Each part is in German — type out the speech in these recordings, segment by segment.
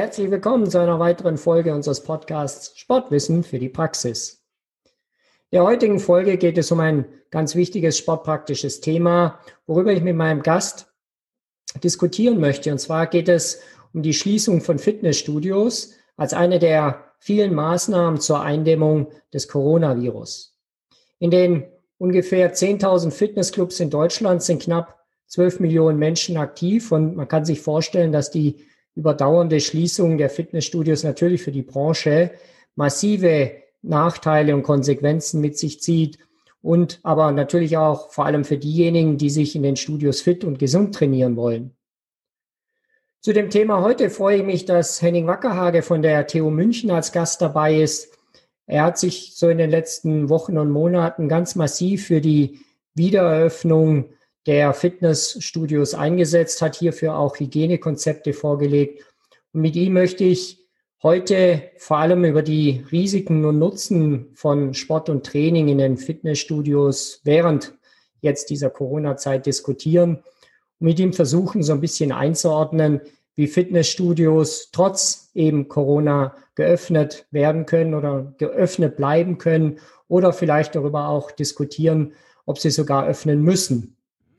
herzlich willkommen zu einer weiteren Folge unseres Podcasts Sportwissen für die Praxis. In der heutigen Folge geht es um ein ganz wichtiges sportpraktisches Thema, worüber ich mit meinem Gast diskutieren möchte. Und zwar geht es um die Schließung von Fitnessstudios als eine der vielen Maßnahmen zur Eindämmung des Coronavirus. In den ungefähr 10.000 Fitnessclubs in Deutschland sind knapp 12 Millionen Menschen aktiv und man kann sich vorstellen, dass die überdauernde Schließung der Fitnessstudios natürlich für die Branche massive Nachteile und Konsequenzen mit sich zieht und aber natürlich auch vor allem für diejenigen, die sich in den Studios fit und gesund trainieren wollen. Zu dem Thema heute freue ich mich, dass Henning Wackerhage von der TU München als Gast dabei ist. Er hat sich so in den letzten Wochen und Monaten ganz massiv für die Wiedereröffnung der Fitnessstudios eingesetzt, hat hierfür auch Hygienekonzepte vorgelegt. Und mit ihm möchte ich heute vor allem über die Risiken und Nutzen von Sport und Training in den Fitnessstudios während jetzt dieser Corona-Zeit diskutieren und mit ihm versuchen, so ein bisschen einzuordnen, wie Fitnessstudios trotz eben Corona geöffnet werden können oder geöffnet bleiben können oder vielleicht darüber auch diskutieren, ob sie sogar öffnen müssen.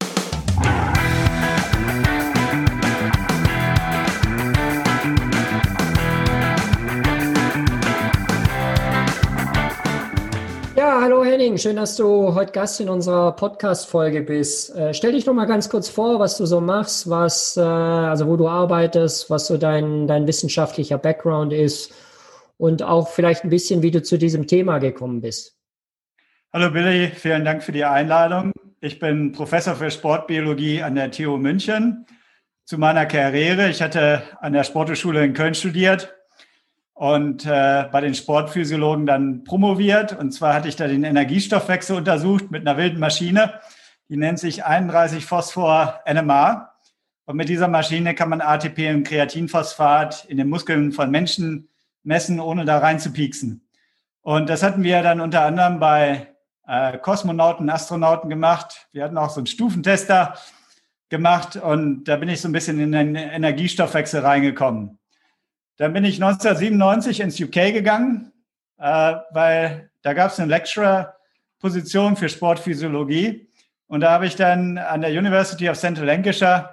Ja, hallo Henning, schön, dass du heute Gast in unserer Podcast-Folge bist. Stell dich doch mal ganz kurz vor, was du so machst, also wo du arbeitest, was so dein wissenschaftlicher Background ist und auch vielleicht ein bisschen, wie du zu diesem Thema gekommen bist. Hallo Billy, vielen Dank für die Einladung. Ich bin Professor für Sportbiologie an der TU München. Zu meiner Karriere, ich hatte an der Sporthochschule in Köln studiert und bei den Sportphysiologen dann promoviert. Und zwar hatte ich da den Energiestoffwechsel untersucht mit einer wilden Maschine, die nennt sich 31-Phosphor-NMR. Und mit dieser Maschine kann man ATP und Kreatinphosphat in den Muskeln von Menschen messen, ohne da rein zu pieksen. Und das hatten wir dann unter anderem bei Kosmonauten, Astronauten gemacht. Wir hatten auch so einen Stufentester gemacht und da bin ich so ein bisschen in den Energiestoffwechsel reingekommen. Dann bin ich 1997 ins UK gegangen, weil da gab es eine Lecturer-Position für Sportphysiologie. Und da habe ich dann an der University of Central Lancashire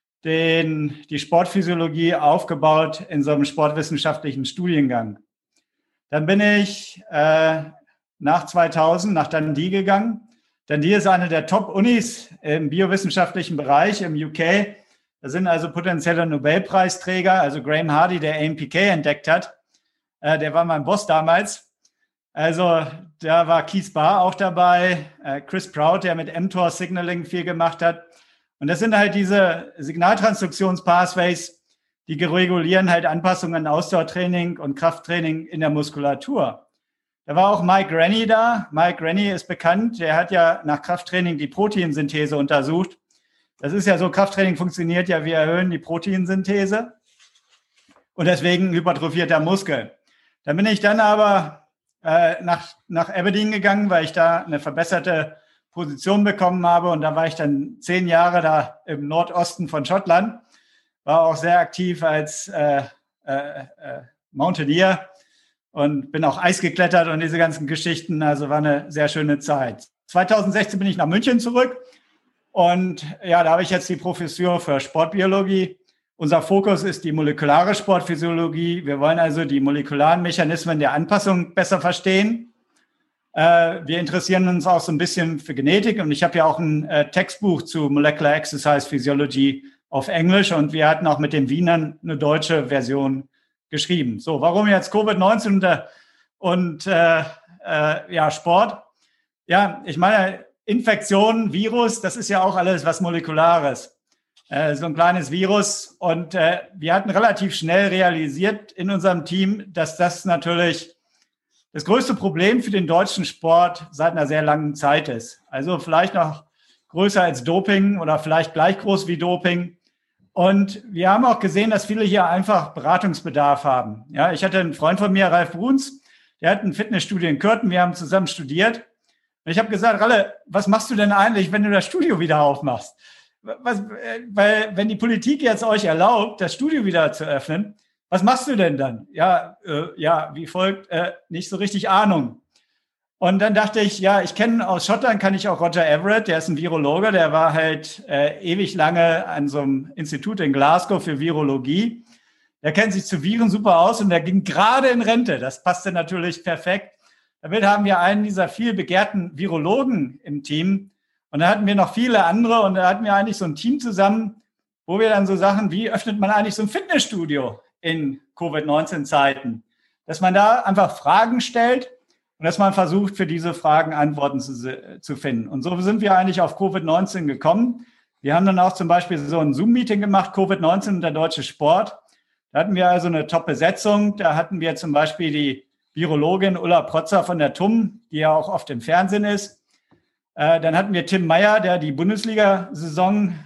die Sportphysiologie aufgebaut in so einem sportwissenschaftlichen Studiengang. Dann bin ich nach 2000 nach Dundee gegangen. Dundee ist eine der Top-Unis im biowissenschaftlichen Bereich im UK. Da sind also potenzielle Nobelpreisträger, also Graham Hardy, der AMPK entdeckt hat. Der war mein Boss damals. Also da war Keith Barr auch dabei, Chris Proud, der mit mTOR-Signaling viel gemacht hat. Und das sind halt diese Signaltransduktions-Pathways, die regulieren halt Anpassungen an Ausdauertraining und Krafttraining in der Muskulatur. Da war auch Mike Rennie da. Mike Rennie ist bekannt. Der hat ja nach Krafttraining die Proteinsynthese untersucht. Das ist ja so, Krafttraining funktioniert ja, wir erhöhen die Proteinsynthese und deswegen hypertrophiert der Muskel. Dann bin ich dann aber nach Aberdeen gegangen, weil ich da eine verbesserte Position bekommen habe und da war ich dann 10 Jahre da im Nordosten von Schottland, war auch sehr aktiv als Mountaineer und bin auch Eis geklettert und diese ganzen Geschichten, also war eine sehr schöne Zeit. 2016 bin ich nach München zurück. Und ja, da habe ich jetzt die Professur für Sportbiologie. Unser Fokus ist die molekulare Sportphysiologie. Wir wollen also die molekularen Mechanismen der Anpassung besser verstehen. Wir interessieren uns auch so ein bisschen für Genetik. Und ich habe ja auch ein Textbuch zu Molecular Exercise Physiology auf Englisch. Und wir hatten auch mit den Wienern eine deutsche Version geschrieben. So, warum jetzt Covid-19 und Sport? Ja, ich meine, Infektion, Virus, das ist ja auch alles was Molekulares. So ein kleines Virus. Und wir hatten relativ schnell realisiert in unserem Team, dass das natürlich das größte Problem für den deutschen Sport seit einer sehr langen Zeit ist. Also vielleicht noch größer als Doping oder vielleicht gleich groß wie Doping. Und wir haben auch gesehen, dass viele hier einfach Beratungsbedarf haben. Ja, ich hatte einen Freund von mir, Ralf Bruns, der hat ein Fitnessstudio in Kürten. Wir haben zusammen studiert. Und ich habe gesagt, Ralle, was machst du denn eigentlich, wenn du das Studio wieder aufmachst? Weil wenn die Politik jetzt euch erlaubt, das Studio wieder zu öffnen, was machst du denn dann? Ja, wie folgt, nicht so richtig Ahnung. Und dann dachte ich, ja, ich kenne aus Schottland, kann ich auch Roger Everett, der ist ein Virologe, der war halt ewig lange an so einem Institut in Glasgow für Virologie. Der kennt sich zu Viren super aus und der ging gerade in Rente. Das passte natürlich perfekt. Damit haben wir einen dieser viel begehrten Virologen im Team. Und da hatten wir noch viele andere und da hatten wir eigentlich so ein Team zusammen, wo wir dann so Sachen, wie öffnet man eigentlich so ein Fitnessstudio in Covid-19-Zeiten? Dass man da einfach Fragen stellt und dass man versucht, für diese Fragen Antworten zu finden. Und so sind wir eigentlich auf Covid-19 gekommen. Wir haben dann auch zum Beispiel so ein Zoom-Meeting gemacht, Covid-19 und der deutsche Sport. Da hatten wir also eine Top-Besetzung. Da hatten wir zum Beispiel die Virologin Ulla Protzer von der TUM, die ja auch oft im Fernsehen ist. Dann hatten wir Tim Meyer, der die Bundesliga-Saison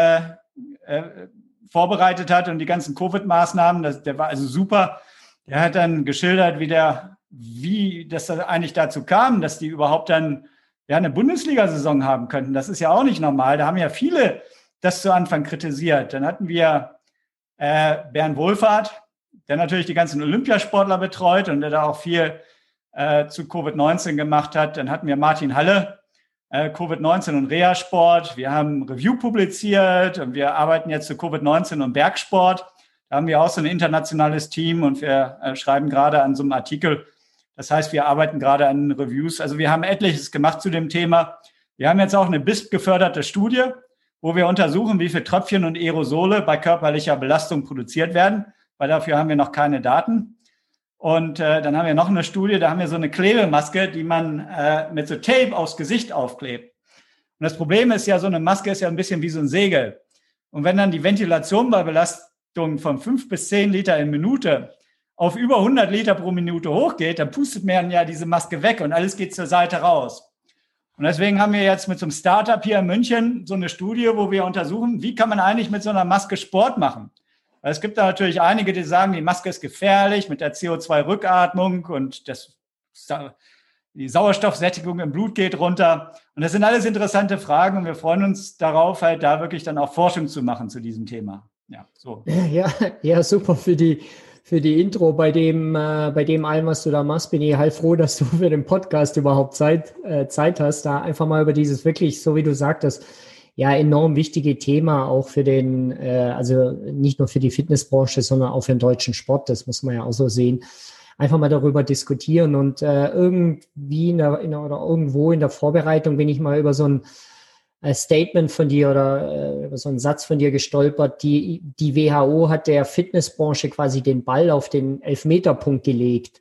vorbereitet hat und die ganzen Covid-Maßnahmen. Der war also super. Der hat dann geschildert, wie das eigentlich dazu kam, dass die überhaupt dann eine Bundesliga-Saison haben könnten. Das ist ja auch nicht normal. Da haben ja viele das zu Anfang kritisiert. Dann hatten wir Bernd Wohlfahrt, der natürlich die ganzen Olympiasportler betreut und der da auch viel zu Covid-19 gemacht hat. Dann hatten wir Martin Halle, Covid-19 und Reha-Sport. Wir haben ein Review publiziert und wir arbeiten jetzt zu Covid-19 und Bergsport. Da haben wir auch so ein internationales Team und wir schreiben gerade an so einem Artikel. Das heißt, wir arbeiten gerade an Reviews. Also wir haben etliches gemacht zu dem Thema. Wir haben jetzt auch eine BISP-geförderte Studie, wo wir untersuchen, wie viele Tröpfchen und Aerosole bei körperlicher Belastung produziert werden, weil dafür haben wir noch keine Daten. Und dann haben wir noch eine Studie, da haben wir so eine Klebemaske, die man mit so Tape aufs Gesicht aufklebt. Und das Problem ist ja, so eine Maske ist ja ein bisschen wie so ein Segel. Und wenn dann die Ventilation bei Belastung von 5 bis 10 Liter in Minute auf über 100 Liter pro Minute hochgeht, dann pustet man ja diese Maske weg und alles geht zur Seite raus. Und deswegen haben wir jetzt mit so einem Startup hier in München so eine Studie, wo wir untersuchen, wie kann man eigentlich mit so einer Maske Sport machen. Weil es gibt da natürlich einige, die sagen, die Maske ist gefährlich mit der CO2-Rückatmung und die Sauerstoffsättigung im Blut geht runter. Und das sind alles interessante Fragen und wir freuen uns darauf, halt da wirklich dann auch Forschung zu machen zu diesem Thema. Ja, so. Ja, super für die Intro. Bei dem allem, was du da machst, bin ich halt froh, dass du für den Podcast überhaupt Zeit hast, da einfach mal über dieses wirklich, so wie du sagtest, ja, enorm wichtige Thema auch für also nicht nur für die Fitnessbranche, sondern auch für den deutschen Sport, das muss man ja auch so sehen, einfach mal darüber diskutieren und irgendwie oder irgendwo in der Vorbereitung bin ich mal über so ein Statement von dir oder über so einen Satz von dir gestolpert. Die WHO hat der Fitnessbranche quasi den Ball auf den Elfmeterpunkt gelegt.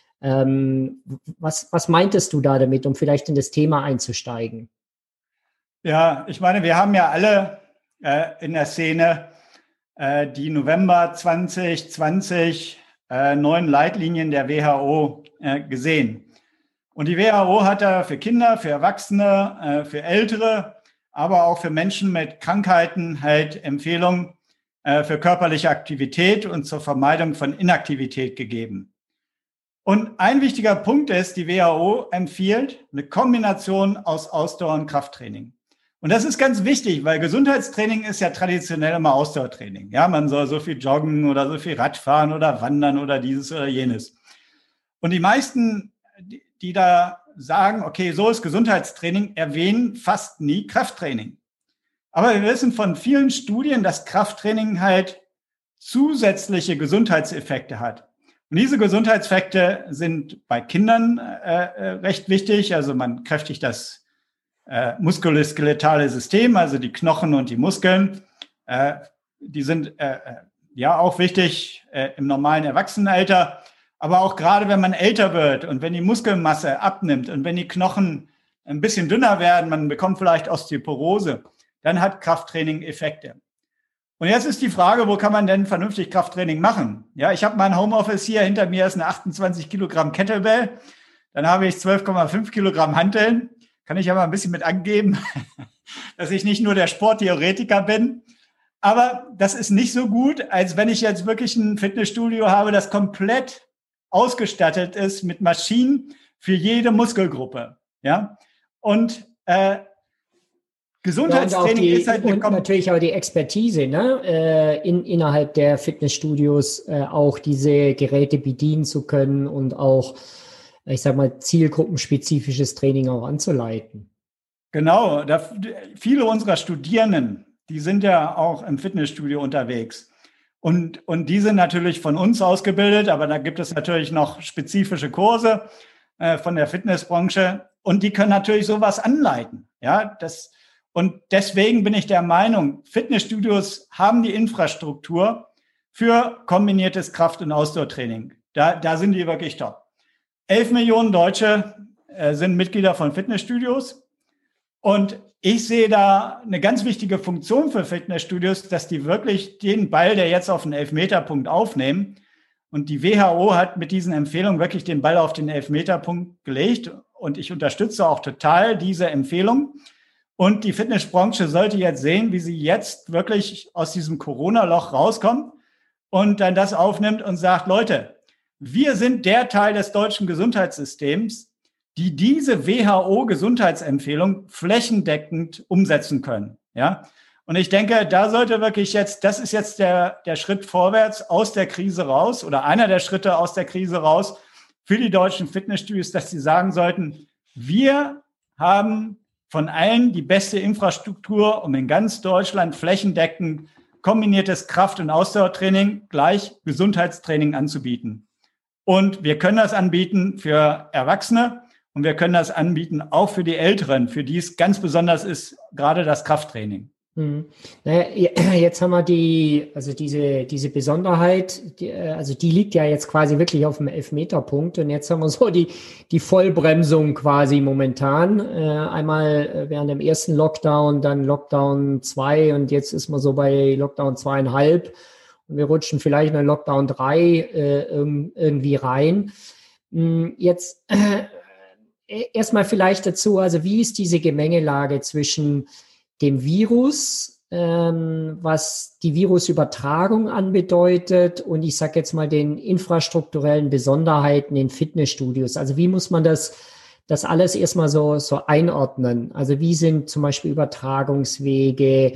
Was meintest du da damit, um vielleicht in das Thema einzusteigen? Ja, ich meine, wir haben ja alle in der Szene die November 2020 neuen Leitlinien der WHO gesehen. Und die WHO hat da für Kinder, für Erwachsene, für Ältere, aber auch für Menschen mit Krankheiten halt Empfehlungen für körperliche Aktivität und zur Vermeidung von Inaktivität gegeben. Und ein wichtiger Punkt ist, die WHO empfiehlt eine Kombination aus Ausdauer und Krafttraining. Und das ist ganz wichtig, weil Gesundheitstraining ist ja traditionell immer Ausdauertraining. Ja, man soll so viel joggen oder so viel Radfahren oder wandern oder dieses oder jenes. Und die meisten, die da sagen, okay, so ist Gesundheitstraining, erwähnen fast nie Krafttraining. Aber wir wissen von vielen Studien, dass Krafttraining halt zusätzliche Gesundheitseffekte hat. Und diese Gesundheitseffekte sind bei Kindern recht wichtig. Also man kräftigt das muskuloskeletale System, also die Knochen und die Muskeln. Die sind ja auch wichtig im normalen Erwachsenenalter. Aber auch gerade, wenn man älter wird und wenn die Muskelmasse abnimmt und wenn die Knochen ein bisschen dünner werden, man bekommt vielleicht Osteoporose, dann hat Krafttraining Effekte. Und jetzt ist die Frage, wo kann man denn vernünftig Krafttraining machen? Ja, ich habe mein Homeoffice hier, hinter mir ist eine 28 Kilogramm Kettlebell, dann habe ich 12,5 Kilogramm Hanteln, kann ich ja mal ein bisschen mit angeben, dass ich nicht nur der Sporttheoretiker bin. Aber das ist nicht so gut, als wenn ich jetzt wirklich ein Fitnessstudio habe, das komplett ausgestattet ist mit Maschinen für jede Muskelgruppe. Ja? Und Gesundheitstraining ist halt und natürlich auch die Expertise, ne? Innerhalb der Fitnessstudios auch diese Geräte bedienen zu können und auch, ich sag mal, zielgruppenspezifisches Training auch anzuleiten. Genau, viele unserer Studierenden, die sind ja auch im Fitnessstudio unterwegs. Und die sind natürlich von uns ausgebildet, aber da gibt es natürlich noch spezifische Kurse von der Fitnessbranche und die können natürlich sowas anleiten. Ja, und deswegen bin ich der Meinung, Fitnessstudios haben die Infrastruktur für kombiniertes Kraft- und Ausdauertraining. Da sind die wirklich top. 11 Millionen Deutsche sind Mitglieder von Fitnessstudios. Und ich sehe da eine ganz wichtige Funktion für Fitnessstudios, dass die wirklich den Ball, der jetzt auf den Elfmeterpunkt aufnehmen. Und die WHO hat mit diesen Empfehlungen wirklich den Ball auf den Elfmeterpunkt gelegt. Und ich unterstütze auch total diese Empfehlung. Und die Fitnessbranche sollte jetzt sehen, wie sie jetzt wirklich aus diesem Corona-Loch rauskommt und dann das aufnimmt und sagt, Leute, wir sind der Teil des deutschen Gesundheitssystems, die diese WHO-Gesundheitsempfehlung flächendeckend umsetzen können. Ja? Und ich denke, da sollte wirklich das ist jetzt der Schritt vorwärts aus der Krise raus oder einer der Schritte aus der Krise raus für die deutschen Fitnessstudios, dass sie sagen sollten, wir haben von allen die beste Infrastruktur, um in ganz Deutschland flächendeckend kombiniertes Kraft- und Ausdauertraining gleich Gesundheitstraining anzubieten. Und wir können das anbieten für Erwachsene und wir können das anbieten auch für die Älteren, für die es ganz besonders ist, gerade das Krafttraining. Naja, jetzt haben wir diese Besonderheit, die liegt ja jetzt quasi wirklich auf dem Elfmeterpunkt und jetzt haben wir so die Vollbremsung quasi momentan. Einmal während dem ersten Lockdown, dann Lockdown 2 und jetzt ist man so bei Lockdown 2,5 und wir rutschen vielleicht in Lockdown 3 irgendwie rein. Jetzt erstmal vielleicht dazu, also wie ist diese Gemengelage zwischen dem Virus, was die Virusübertragung anbedeutet und ich sage jetzt mal den infrastrukturellen Besonderheiten in Fitnessstudios. Also wie muss man das alles erstmal so einordnen? Also wie sind zum Beispiel Übertragungswege,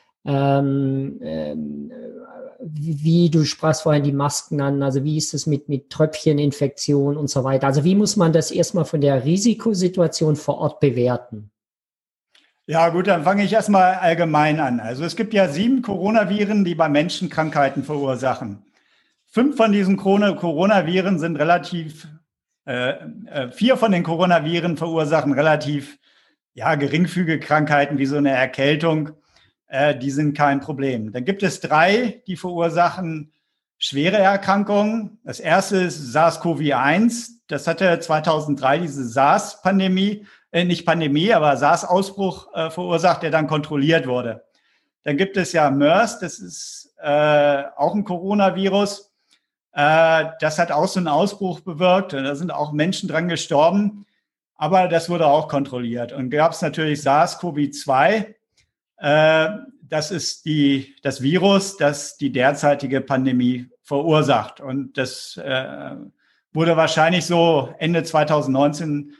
wie du sprachst vorhin die Masken an, also wie ist es mit Tröpfcheninfektion und so weiter? Also wie muss man das erstmal von der Risikosituation vor Ort bewerten? Ja, gut, dann fange ich erstmal allgemein an. Also es gibt ja 7 Coronaviren, die bei Menschen Krankheiten verursachen. 5 von diesen Coronaviren sind 4 von den Coronaviren verursachen relativ geringfügige Krankheiten wie so eine Erkältung. Die sind kein Problem. Dann gibt es 3, die verursachen schwere Erkrankungen. Das erste ist SARS-CoV-1. Das hatte 2003 diese SARS-Pandemie, nicht Pandemie, aber SARS-Ausbruch verursacht, der dann kontrolliert wurde. Dann gibt es ja MERS, das ist auch ein Coronavirus. Das hat auch so einen Ausbruch bewirkt. Da sind auch Menschen dran gestorben, aber das wurde auch kontrolliert. Und gab es natürlich SARS-CoV-2. Das ist das Virus, das die derzeitige Pandemie verursacht. Und das wurde wahrscheinlich so Ende 2019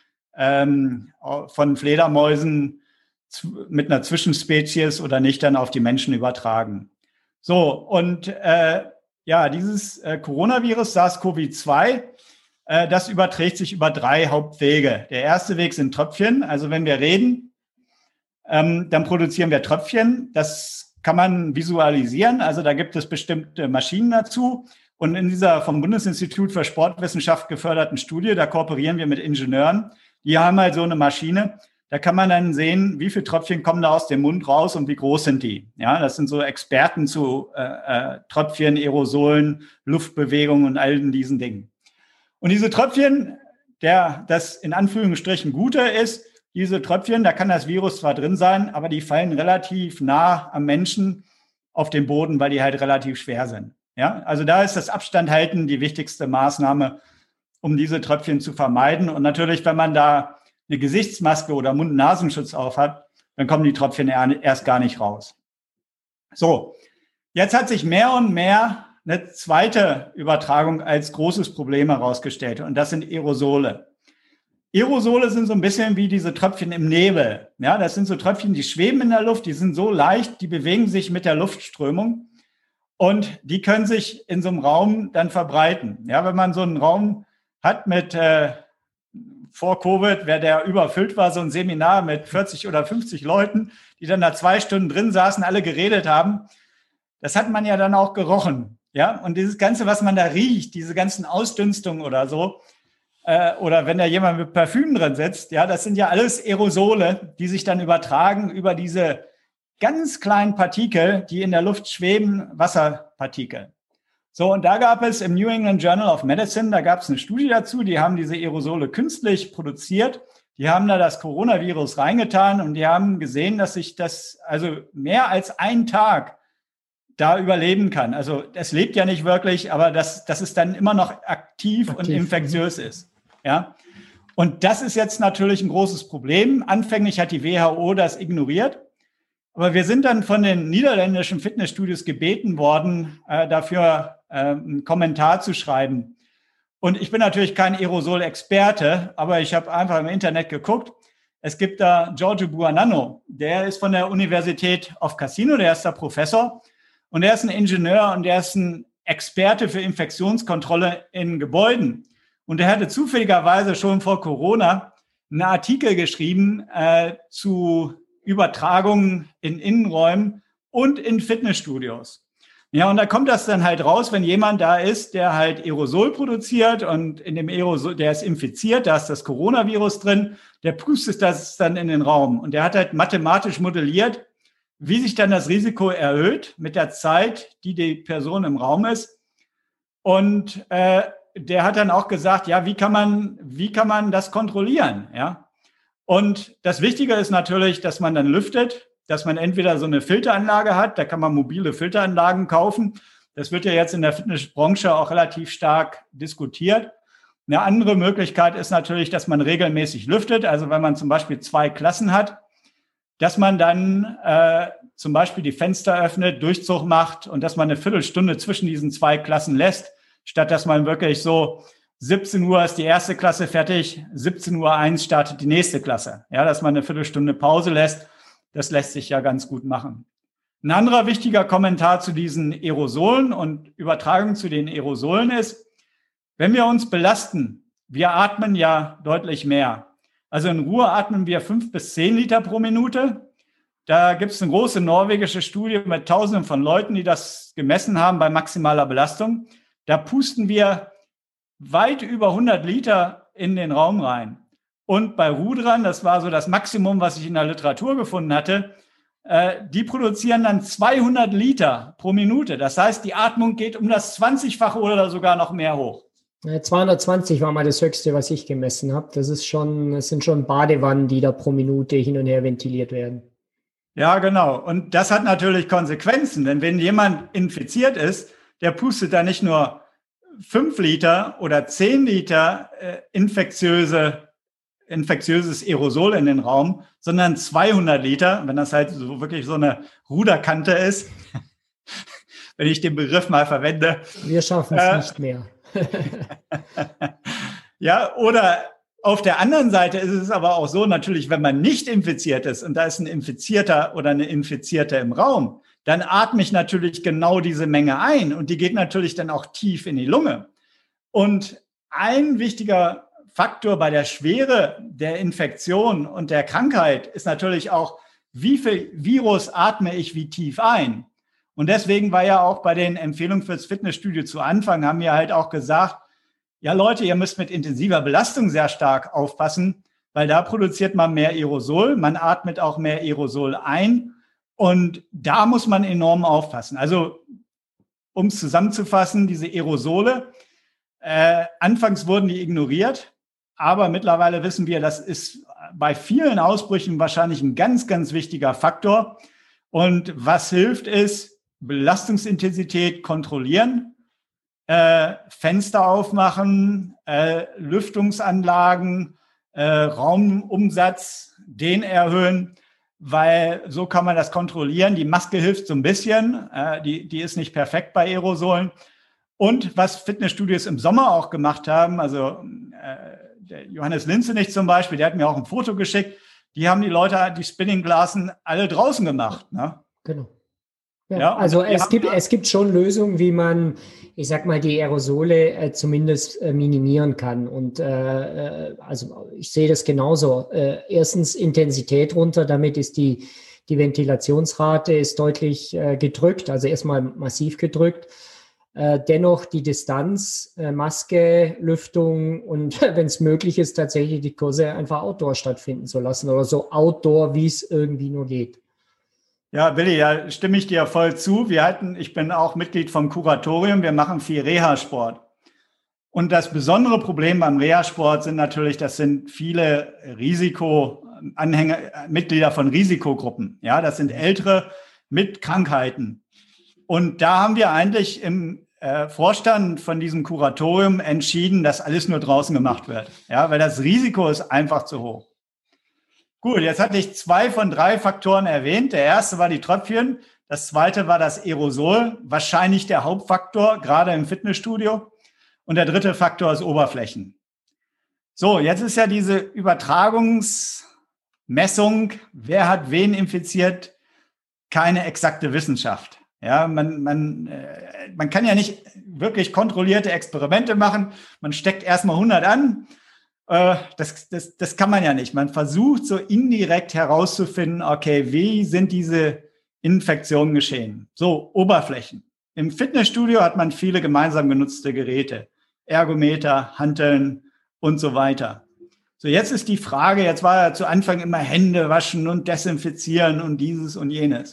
von Fledermäusen mit einer Zwischenspezies oder nicht dann auf die Menschen übertragen. So, und dieses Coronavirus SARS-CoV-2, das überträgt sich über 3 Hauptwege. Der erste Weg sind Tröpfchen. Also wenn wir reden, dann produzieren wir Tröpfchen. Das kann man visualisieren. Also da gibt es bestimmte Maschinen dazu. Und in dieser vom Bundesinstitut für Sportwissenschaft geförderten Studie, da kooperieren wir mit Ingenieuren. Die haben halt so eine Maschine. Da kann man dann sehen, wie viele Tröpfchen kommen da aus dem Mund raus und wie groß sind die. Ja, das sind so Experten zu Tröpfchen, Aerosolen, Luftbewegungen und all diesen Dingen. Und diese Tröpfchen, das in Anführungsstrichen Gute ist, diese Tröpfchen, da kann das Virus zwar drin sein, aber die fallen relativ nah am Menschen auf den Boden, weil die halt relativ schwer sind. Ja, also da ist das Abstandhalten die wichtigste Maßnahme, um diese Tröpfchen zu vermeiden. Und natürlich, wenn man da eine Gesichtsmaske oder Mund-Nasenschutz auf hat, dann kommen die Tröpfchen erst gar nicht raus. So, jetzt hat sich mehr und mehr eine zweite Übertragung als großes Problem herausgestellt und das sind Aerosole. Aerosole sind so ein bisschen wie diese Tröpfchen im Nebel. Ja, das sind so Tröpfchen, die schweben in der Luft, die sind so leicht, die bewegen sich mit der Luftströmung und die können sich in so einem Raum dann verbreiten. Ja, wenn man so einen Raum hat mit vor Covid, der überfüllt war, so ein Seminar mit 40 oder 50 Leuten, die dann da 2 Stunden drin saßen, alle geredet haben, das hat man ja dann auch gerochen. Ja, und dieses Ganze, was man da riecht, diese ganzen Ausdünstungen oder so, oder wenn da jemand mit Parfüm drin sitzt, ja, das sind ja alles Aerosole, die sich dann übertragen über diese ganz kleinen Partikel, die in der Luft schweben, Wasserpartikel. So, und da gab es im New England Journal of Medicine, da gab es eine Studie dazu, die haben diese Aerosole künstlich produziert, die haben da das Coronavirus reingetan und die haben gesehen, dass sich das also mehr als einen Tag da überleben kann. Also es lebt ja nicht wirklich, aber dass es dann immer noch aktiv und infektiös ist. Ja? Und das ist jetzt natürlich ein großes Problem. Anfänglich hat die WHO das ignoriert. Aber wir sind dann von den niederländischen Fitnessstudios gebeten worden, dafür einen Kommentar zu schreiben. Und ich bin natürlich kein Aerosol-Experte, aber ich habe einfach im Internet geguckt. Es gibt da Giorgio Buonanno, der ist von der Universität of Cassino, der ist da Professor. Und der ist ein Ingenieur und der ist ein Experte für Infektionskontrolle in Gebäuden. Und der hatte zufälligerweise schon vor Corona einen Artikel geschrieben zu Übertragungen in Innenräumen und in Fitnessstudios. Ja, und da kommt das dann halt raus, wenn jemand da ist, der halt Aerosol produziert und in dem Aerosol, der ist infiziert, da ist das Coronavirus drin, der pustet das dann in den Raum. Und der hat halt mathematisch modelliert, wie sich dann das Risiko erhöht mit der Zeit, die Person im Raum ist. Und der hat dann auch gesagt, ja, wie kann man das kontrollieren? Ja? Und das Wichtige ist natürlich, dass man dann lüftet, dass man entweder so eine Filteranlage hat, da kann man mobile Filteranlagen kaufen. Das wird ja jetzt in der Fitnessbranche auch relativ stark diskutiert. Eine andere Möglichkeit ist natürlich, dass man regelmäßig lüftet. Also wenn man zum Beispiel 2 Klassen hat, dass man dann zum Beispiel die Fenster öffnet, Durchzug macht und dass man eine Viertelstunde zwischen diesen 2 Klassen lässt, statt dass man wirklich so 17 Uhr ist die erste Klasse fertig, 17:01 Uhr startet die nächste Klasse. Ja, dass man eine Viertelstunde Pause lässt, das lässt sich ja ganz gut machen. Ein anderer wichtiger Kommentar zu diesen Aerosolen und Übertragung zu den Aerosolen ist, wenn wir uns belasten, wir atmen ja deutlich mehr. Also in Ruhe atmen wir 5 bis 10 Liter pro Minute. Da gibt es eine große norwegische Studie mit Tausenden von Leuten, die das gemessen haben bei maximaler Belastung. Da pusten wir weit über 100 Liter in den Raum rein. Und bei Rudern, das war so das Maximum, was ich in der Literatur gefunden hatte, die produzieren dann 200 Liter pro Minute. Das heißt, die Atmung geht um das 20-fache oder sogar noch mehr hoch. 220 war mal das Höchste, was ich gemessen habe. Das sind schon Badewannen, die da pro Minute hin und her ventiliert werden. Ja, genau. Und das hat natürlich Konsequenzen, denn wenn jemand infiziert ist, der pustet da nicht nur 5 Liter oder 10 Liter infektiöses Aerosol in den Raum, sondern 200 Liter, wenn das halt so wirklich so eine Ruderkante ist, wenn ich den Begriff mal verwende. Wir schaffen es nicht mehr. Ja, oder auf der anderen Seite ist es aber auch so, natürlich, wenn man nicht infiziert ist und da ist ein Infizierter oder eine Infizierte im Raum, dann atme ich natürlich genau diese Menge ein und die geht natürlich dann auch tief in die Lunge. Und ein wichtiger Faktor bei der Schwere der Infektion und der Krankheit ist natürlich auch, wie viel Virus atme ich wie tief ein. Und deswegen war ja auch bei den Empfehlungen fürs Fitnessstudio zu Anfang, haben wir halt auch gesagt, ja Leute, ihr müsst mit intensiver Belastung sehr stark aufpassen, weil da produziert man mehr Aerosol, man atmet auch mehr Aerosol ein und da muss man enorm aufpassen. Also um es zusammenzufassen, diese Aerosole, anfangs wurden die ignoriert, aber mittlerweile wissen wir, das ist bei vielen Ausbrüchen wahrscheinlich ein ganz, ganz wichtiger Faktor. Und was hilft ist, Belastungsintensität kontrollieren, Fenster aufmachen, Lüftungsanlagen, Raumumsatz, den erhöhen, weil so kann man das kontrollieren. Die Maske hilft so ein bisschen, die ist nicht perfekt bei Aerosolen. Und was Fitnessstudios im Sommer auch gemacht haben, also der Johannes Linzenich zum Beispiel, der hat mir auch ein Foto geschickt, die haben die Leute, die Spinningblasen alle draußen gemacht. Ne? Genau. Ja, Ja, also es gibt schon Lösungen, wie man, ich sag mal, die Aerosole zumindest minimieren kann. Und also ich sehe das genauso. Erstens Intensität runter, damit ist die Ventilationsrate ist deutlich gedrückt, also erstmal massiv gedrückt. Dennoch die Distanz, Maske, Lüftung und wenn es möglich ist, tatsächlich die Kurse einfach outdoor stattfinden zu lassen oder so outdoor, wie es irgendwie nur geht. Ja, Willi, ja, stimme ich dir voll zu. Ich bin auch Mitglied vom Kuratorium. Wir machen viel Reha-Sport. Und das besondere Problem beim Reha-Sport sind natürlich, das sind viele Mitglieder von Risikogruppen. Ja, das sind Ältere mit Krankheiten. Und da haben wir eigentlich im Vorstand von diesem Kuratorium entschieden, dass alles nur draußen gemacht wird. Ja, weil das Risiko ist einfach zu hoch. Gut, jetzt hatte ich 2 von 3 Faktoren erwähnt. Der erste war die Tröpfchen. Das zweite war das Aerosol, wahrscheinlich der Hauptfaktor, gerade im Fitnessstudio. Und der dritte Faktor ist Oberflächen. So, jetzt ist ja diese Übertragungsmessung, wer hat wen infiziert, keine exakte Wissenschaft. Ja, man kann ja nicht wirklich kontrollierte Experimente machen. Man steckt erstmal 100 an. Das kann man ja nicht. Man versucht so indirekt herauszufinden, okay, wie sind diese Infektionen geschehen? So, Oberflächen. Im Fitnessstudio hat man viele gemeinsam genutzte Geräte. Ergometer, Hanteln und so weiter. So, jetzt ist die Frage, jetzt war ja zu Anfang immer Hände waschen und desinfizieren und dieses und jenes.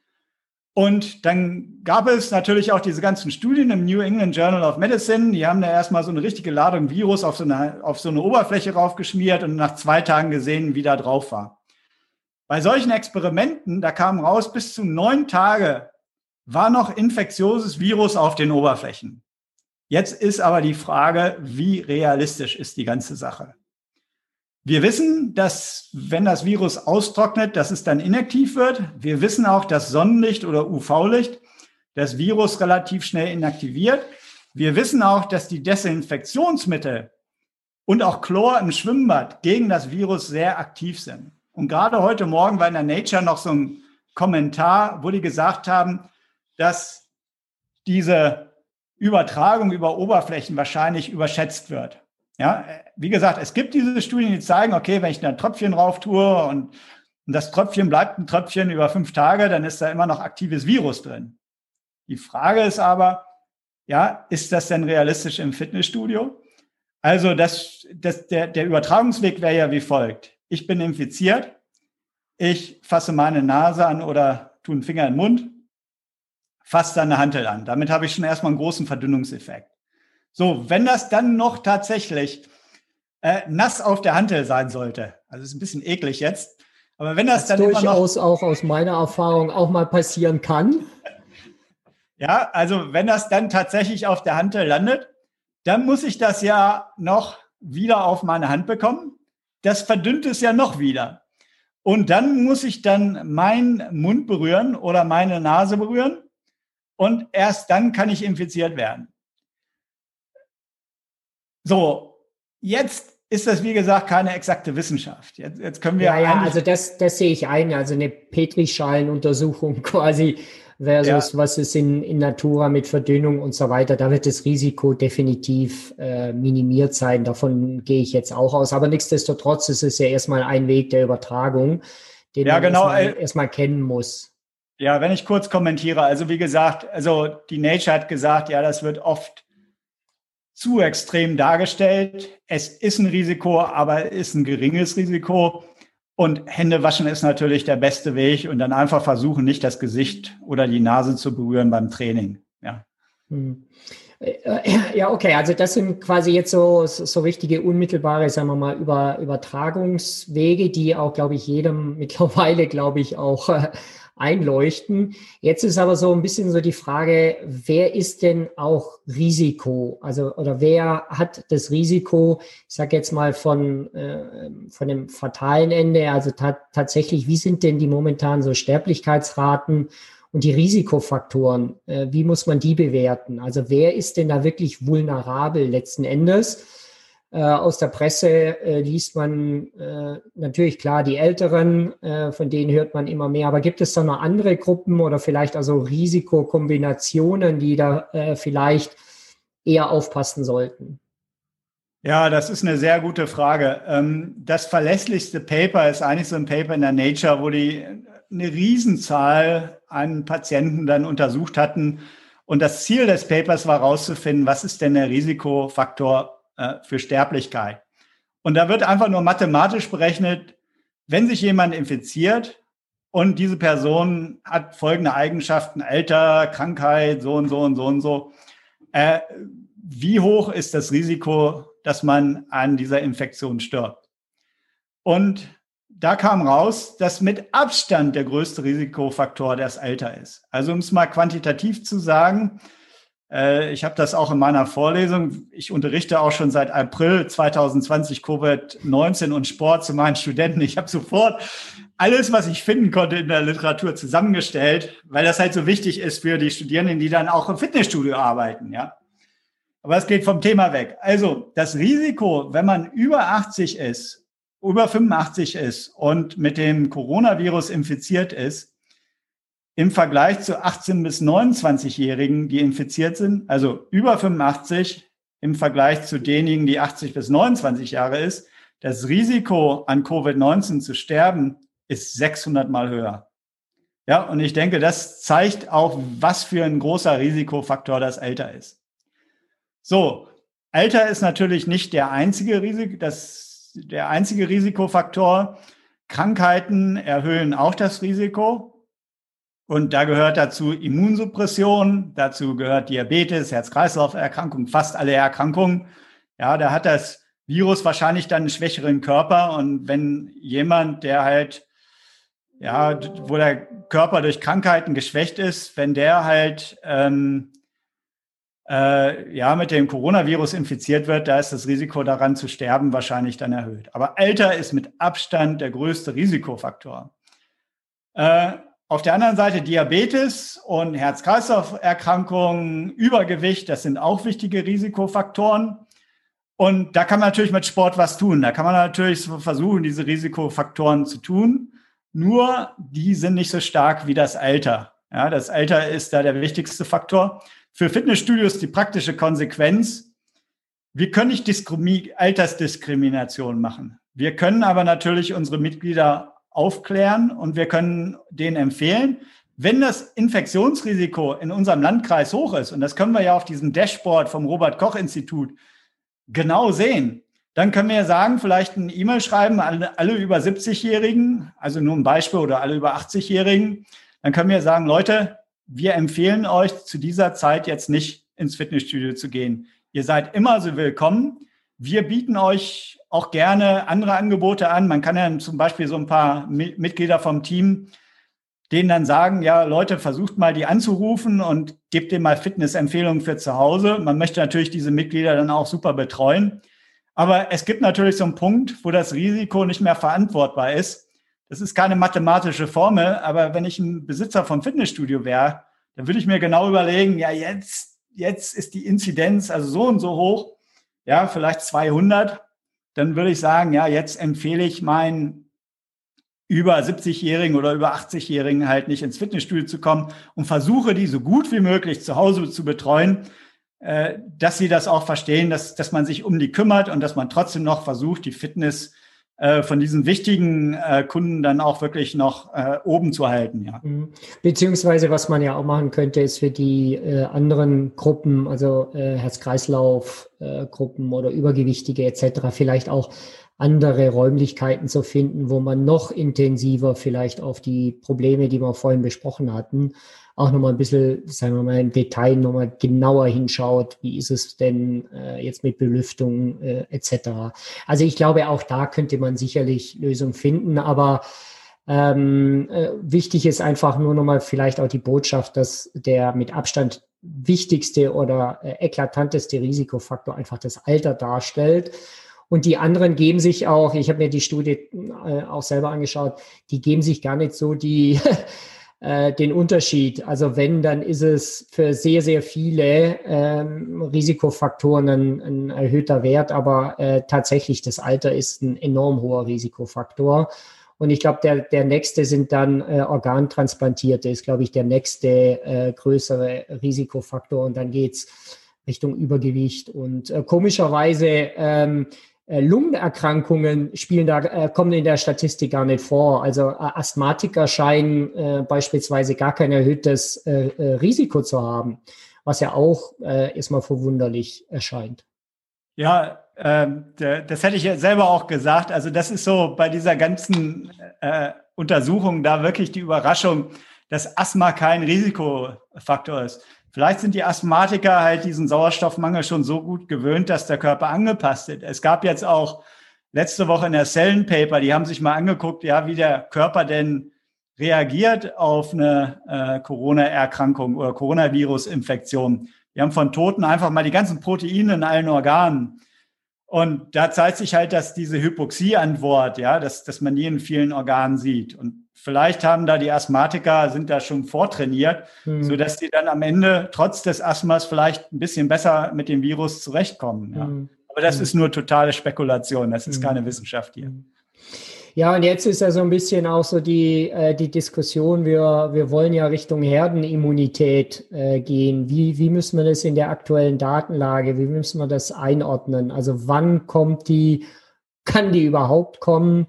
Und dann gab es natürlich auch diese ganzen Studien im New England Journal of Medicine. Die haben da erstmal so eine richtige Ladung Virus auf so eine Oberfläche raufgeschmiert und nach 2 Tagen gesehen, wie da drauf war. Bei solchen Experimenten, da kam raus, bis zu 9 Tage war noch infektiöses Virus auf den Oberflächen. Jetzt ist aber die Frage, wie realistisch ist die ganze Sache? Wir wissen, dass wenn das Virus austrocknet, dass es dann inaktiv wird. Wir wissen auch, dass Sonnenlicht oder UV-Licht das Virus relativ schnell inaktiviert. Wir wissen auch, dass die Desinfektionsmittel und auch Chlor im Schwimmbad gegen das Virus sehr aktiv sind. Und gerade heute Morgen war in der Nature noch so ein Kommentar, wo die gesagt haben, dass diese Übertragung über Oberflächen wahrscheinlich überschätzt wird. Ja, wie gesagt, es gibt diese Studien, die zeigen, okay, wenn ich da ein Tröpfchen rauf tue und das Tröpfchen bleibt ein Tröpfchen über 5 Tage, dann ist da immer noch aktives Virus drin. Die Frage ist aber, ja, ist das denn realistisch im Fitnessstudio? Also der Übertragungsweg wäre ja wie folgt. Ich bin infiziert, ich fasse meine Nase an oder tue einen Finger in den Mund, fasse dann eine Hantel an. Damit habe ich schon erstmal einen großen Verdünnungseffekt. So, wenn das dann noch tatsächlich nass auf der Hantel sein sollte, also ist ein bisschen eklig jetzt, aber wenn das dann durchaus immer noch, auch aus meiner Erfahrung auch mal passieren kann. Ja, also wenn das dann tatsächlich auf der Hantel landet, dann muss ich das ja noch wieder auf meine Hand bekommen. Das verdünnt es ja noch wieder. Und dann muss ich dann meinen Mund berühren oder meine Nase berühren und erst dann kann ich infiziert werden. So, jetzt ist das, wie gesagt, keine exakte Wissenschaft. Jetzt können wir also das sehe ich ein, also eine Petrischalenuntersuchung quasi versus was ist in Natura mit Verdünnung und so weiter. Da wird das Risiko definitiv minimiert sein. Davon gehe ich jetzt auch aus. Aber nichtsdestotrotz ist es ja erstmal ein Weg der Übertragung, den man erstmal kennen muss. Ja, wenn ich kurz kommentiere, also wie gesagt, also die Nature hat gesagt, ja, das wird oft zu extrem dargestellt. Es ist ein Risiko, aber es ist ein geringes Risiko. Und Hände waschen ist natürlich der beste Weg und dann einfach versuchen, nicht das Gesicht oder die Nase zu berühren beim Training. Ja. Ja, okay. Also das sind quasi jetzt so richtige unmittelbare, sagen wir mal, Übertragungswege, die auch, glaube ich, jedem mittlerweile, glaube ich, auch einleuchten. Jetzt ist aber so ein bisschen so die Frage, wer ist denn auch Risiko? Also, oder wer hat das Risiko, ich sage jetzt mal von dem fatalen Ende, also tatsächlich, wie sind denn die momentan so Sterblichkeitsraten und die Risikofaktoren? Wie muss man die bewerten? Also, wer ist denn da wirklich vulnerabel letzten Endes? Aus der Presse liest man natürlich klar die Älteren, von denen hört man immer mehr. Aber gibt es da noch andere Gruppen oder vielleicht also Risikokombinationen, die da vielleicht eher aufpassen sollten? Ja, das ist eine sehr gute Frage. Das verlässlichste Paper ist eigentlich so ein Paper in der Nature, wo die eine Riesenzahl an Patienten dann untersucht hatten. Und das Ziel des Papers war herauszufinden, was ist denn der Risikofaktor für Sterblichkeit. Und da wird einfach nur mathematisch berechnet, wenn sich jemand infiziert und diese Person hat folgende Eigenschaften, Alter, Krankheit, so und so und so und so, wie hoch ist das Risiko, dass man an dieser Infektion stirbt? Und da kam raus, dass mit Abstand der größte Risikofaktor das Alter ist. Also um es mal quantitativ zu sagen, ich habe das auch in meiner Vorlesung, ich unterrichte auch schon seit April 2020 Covid-19 und Sport zu meinen Studenten. Ich habe sofort alles, was ich finden konnte in der Literatur zusammengestellt, weil das halt so wichtig ist für die Studierenden, die dann auch im Fitnessstudio arbeiten, ja. Aber es geht vom Thema weg. Also das Risiko, wenn man über 80 ist, über 85 ist und mit dem Coronavirus infiziert ist, im Vergleich zu 18- bis 29-Jährigen, die infiziert sind, also über 85 im Vergleich zu denjenigen, die 80 bis 29 Jahre ist, das Risiko an Covid-19 zu sterben ist 600 Mal höher. Ja, und ich denke, das zeigt auch, was für ein großer Risikofaktor das Alter ist. So, Alter ist natürlich nicht der einzige Risikofaktor. Krankheiten erhöhen auch das Risiko. Und da gehört dazu Immunsuppression, dazu gehört Diabetes, Herz-Kreislauf-Erkrankungen, fast alle Erkrankungen. Ja, da hat das Virus wahrscheinlich dann einen schwächeren Körper. Und wenn jemand, der halt, ja, wo der Körper durch Krankheiten geschwächt ist, wenn der halt mit dem Coronavirus infiziert wird, da ist das Risiko daran zu sterben wahrscheinlich dann erhöht. Aber Alter ist mit Abstand der größte Risikofaktor. Auf der anderen Seite Diabetes und Herz-Kreislauf-Erkrankungen, Übergewicht, das sind auch wichtige Risikofaktoren. Und da kann man natürlich mit Sport was tun. Da kann man natürlich versuchen, diese Risikofaktoren zu tun. Nur die sind nicht so stark wie das Alter. Ja, das Alter ist da der wichtigste Faktor. Für Fitnessstudios die praktische Konsequenz: Wir können nicht Altersdiskrimination machen. Wir können aber natürlich unsere Mitglieder aufklären und wir können denen empfehlen, wenn das Infektionsrisiko in unserem Landkreis hoch ist, und das können wir ja auf diesem Dashboard vom Robert-Koch-Institut genau sehen, dann können wir sagen, vielleicht eine E-Mail schreiben, alle über 70-Jährigen, also nur ein Beispiel, oder alle über 80-Jährigen, dann können wir sagen, Leute, wir empfehlen euch zu dieser Zeit jetzt nicht ins Fitnessstudio zu gehen. Ihr seid immer so willkommen. Wir bieten euch auch gerne andere Angebote an. Man kann ja zum Beispiel so ein paar Mitglieder vom Team denen dann sagen, ja, Leute, versucht mal die anzurufen und gebt denen mal Fitnessempfehlungen für zu Hause. Man möchte natürlich diese Mitglieder dann auch super betreuen. Aber es gibt natürlich so einen Punkt, wo das Risiko nicht mehr verantwortbar ist. Das ist keine mathematische Formel, aber wenn ich ein Besitzer vom Fitnessstudio wäre, dann würde ich mir genau überlegen, ja, jetzt ist die Inzidenz also so und so hoch, ja, vielleicht 200. Dann würde ich sagen, ja, jetzt empfehle ich meinen über 70-Jährigen oder über 80-Jährigen halt nicht ins Fitnessstudio zu kommen und versuche, die so gut wie möglich zu Hause zu betreuen, dass sie das auch verstehen, dass man sich um die kümmert und dass man trotzdem noch versucht, die Fitness von diesen wichtigen Kunden dann auch wirklich noch oben zu halten. Ja. Beziehungsweise, was man ja auch machen könnte, ist für die anderen Gruppen, also Herz-Kreislauf-Gruppen oder Übergewichtige etc., vielleicht auch andere Räumlichkeiten zu finden, wo man noch intensiver vielleicht auf die Probleme, die wir vorhin besprochen hatten, auch nochmal ein bisschen, sagen wir mal, im Detail nochmal genauer hinschaut, wie ist es denn jetzt mit Belüftung etc. Also ich glaube, auch da könnte man sicherlich Lösungen finden, aber wichtig ist einfach nur nochmal vielleicht auch die Botschaft, dass der mit Abstand wichtigste oder eklatanteste Risikofaktor einfach das Alter darstellt. Und die anderen geben sich auch, ich habe mir die Studie auch selber angeschaut, die geben sich gar nicht so die den Unterschied. Also wenn, dann ist es für sehr, sehr viele Risikofaktoren ein erhöhter Wert, aber tatsächlich das Alter ist ein enorm hoher Risikofaktor. Und ich glaube, der nächste sind dann Organtransplantierte, ist, glaube ich, der nächste größere Risikofaktor. Und dann geht's Richtung Übergewicht. Und komischerweise Lungenerkrankungen kommen in der Statistik gar nicht vor. Also Asthmatiker scheinen beispielsweise gar kein erhöhtes Risiko zu haben, was ja auch erstmal verwunderlich erscheint. Ja, das hätte ich ja selber auch gesagt. Also das ist so bei dieser ganzen Untersuchung da wirklich die Überraschung, dass Asthma kein Risikofaktor ist. Vielleicht sind die Asthmatiker halt diesen Sauerstoffmangel schon so gut gewöhnt, dass der Körper angepasst ist. Es gab jetzt auch letzte Woche in der Cellen Paper, die haben sich mal angeguckt, ja, wie der Körper denn reagiert auf eine Corona-Erkrankung oder Coronavirus-Infektion. Die haben von Toten einfach mal die ganzen Proteine in allen Organen. Und da zeigt sich halt, dass diese Hypoxie-Antwort, ja, dass man die in vielen Organen sieht. Und vielleicht haben da die Asthmatiker, sind da schon vortrainiert, sodass die dann am Ende trotz des Asthmas vielleicht ein bisschen besser mit dem Virus zurechtkommen. Ja. Aber das ist nur totale Spekulation, das ist keine Wissenschaft hier. Ja, und jetzt ist ja so ein bisschen auch so die Diskussion, wir wollen ja Richtung Herdenimmunität gehen. Wie müssen wir das in der aktuellen Datenlage, wie müssen wir das einordnen? Also wann kommt kann die überhaupt kommen?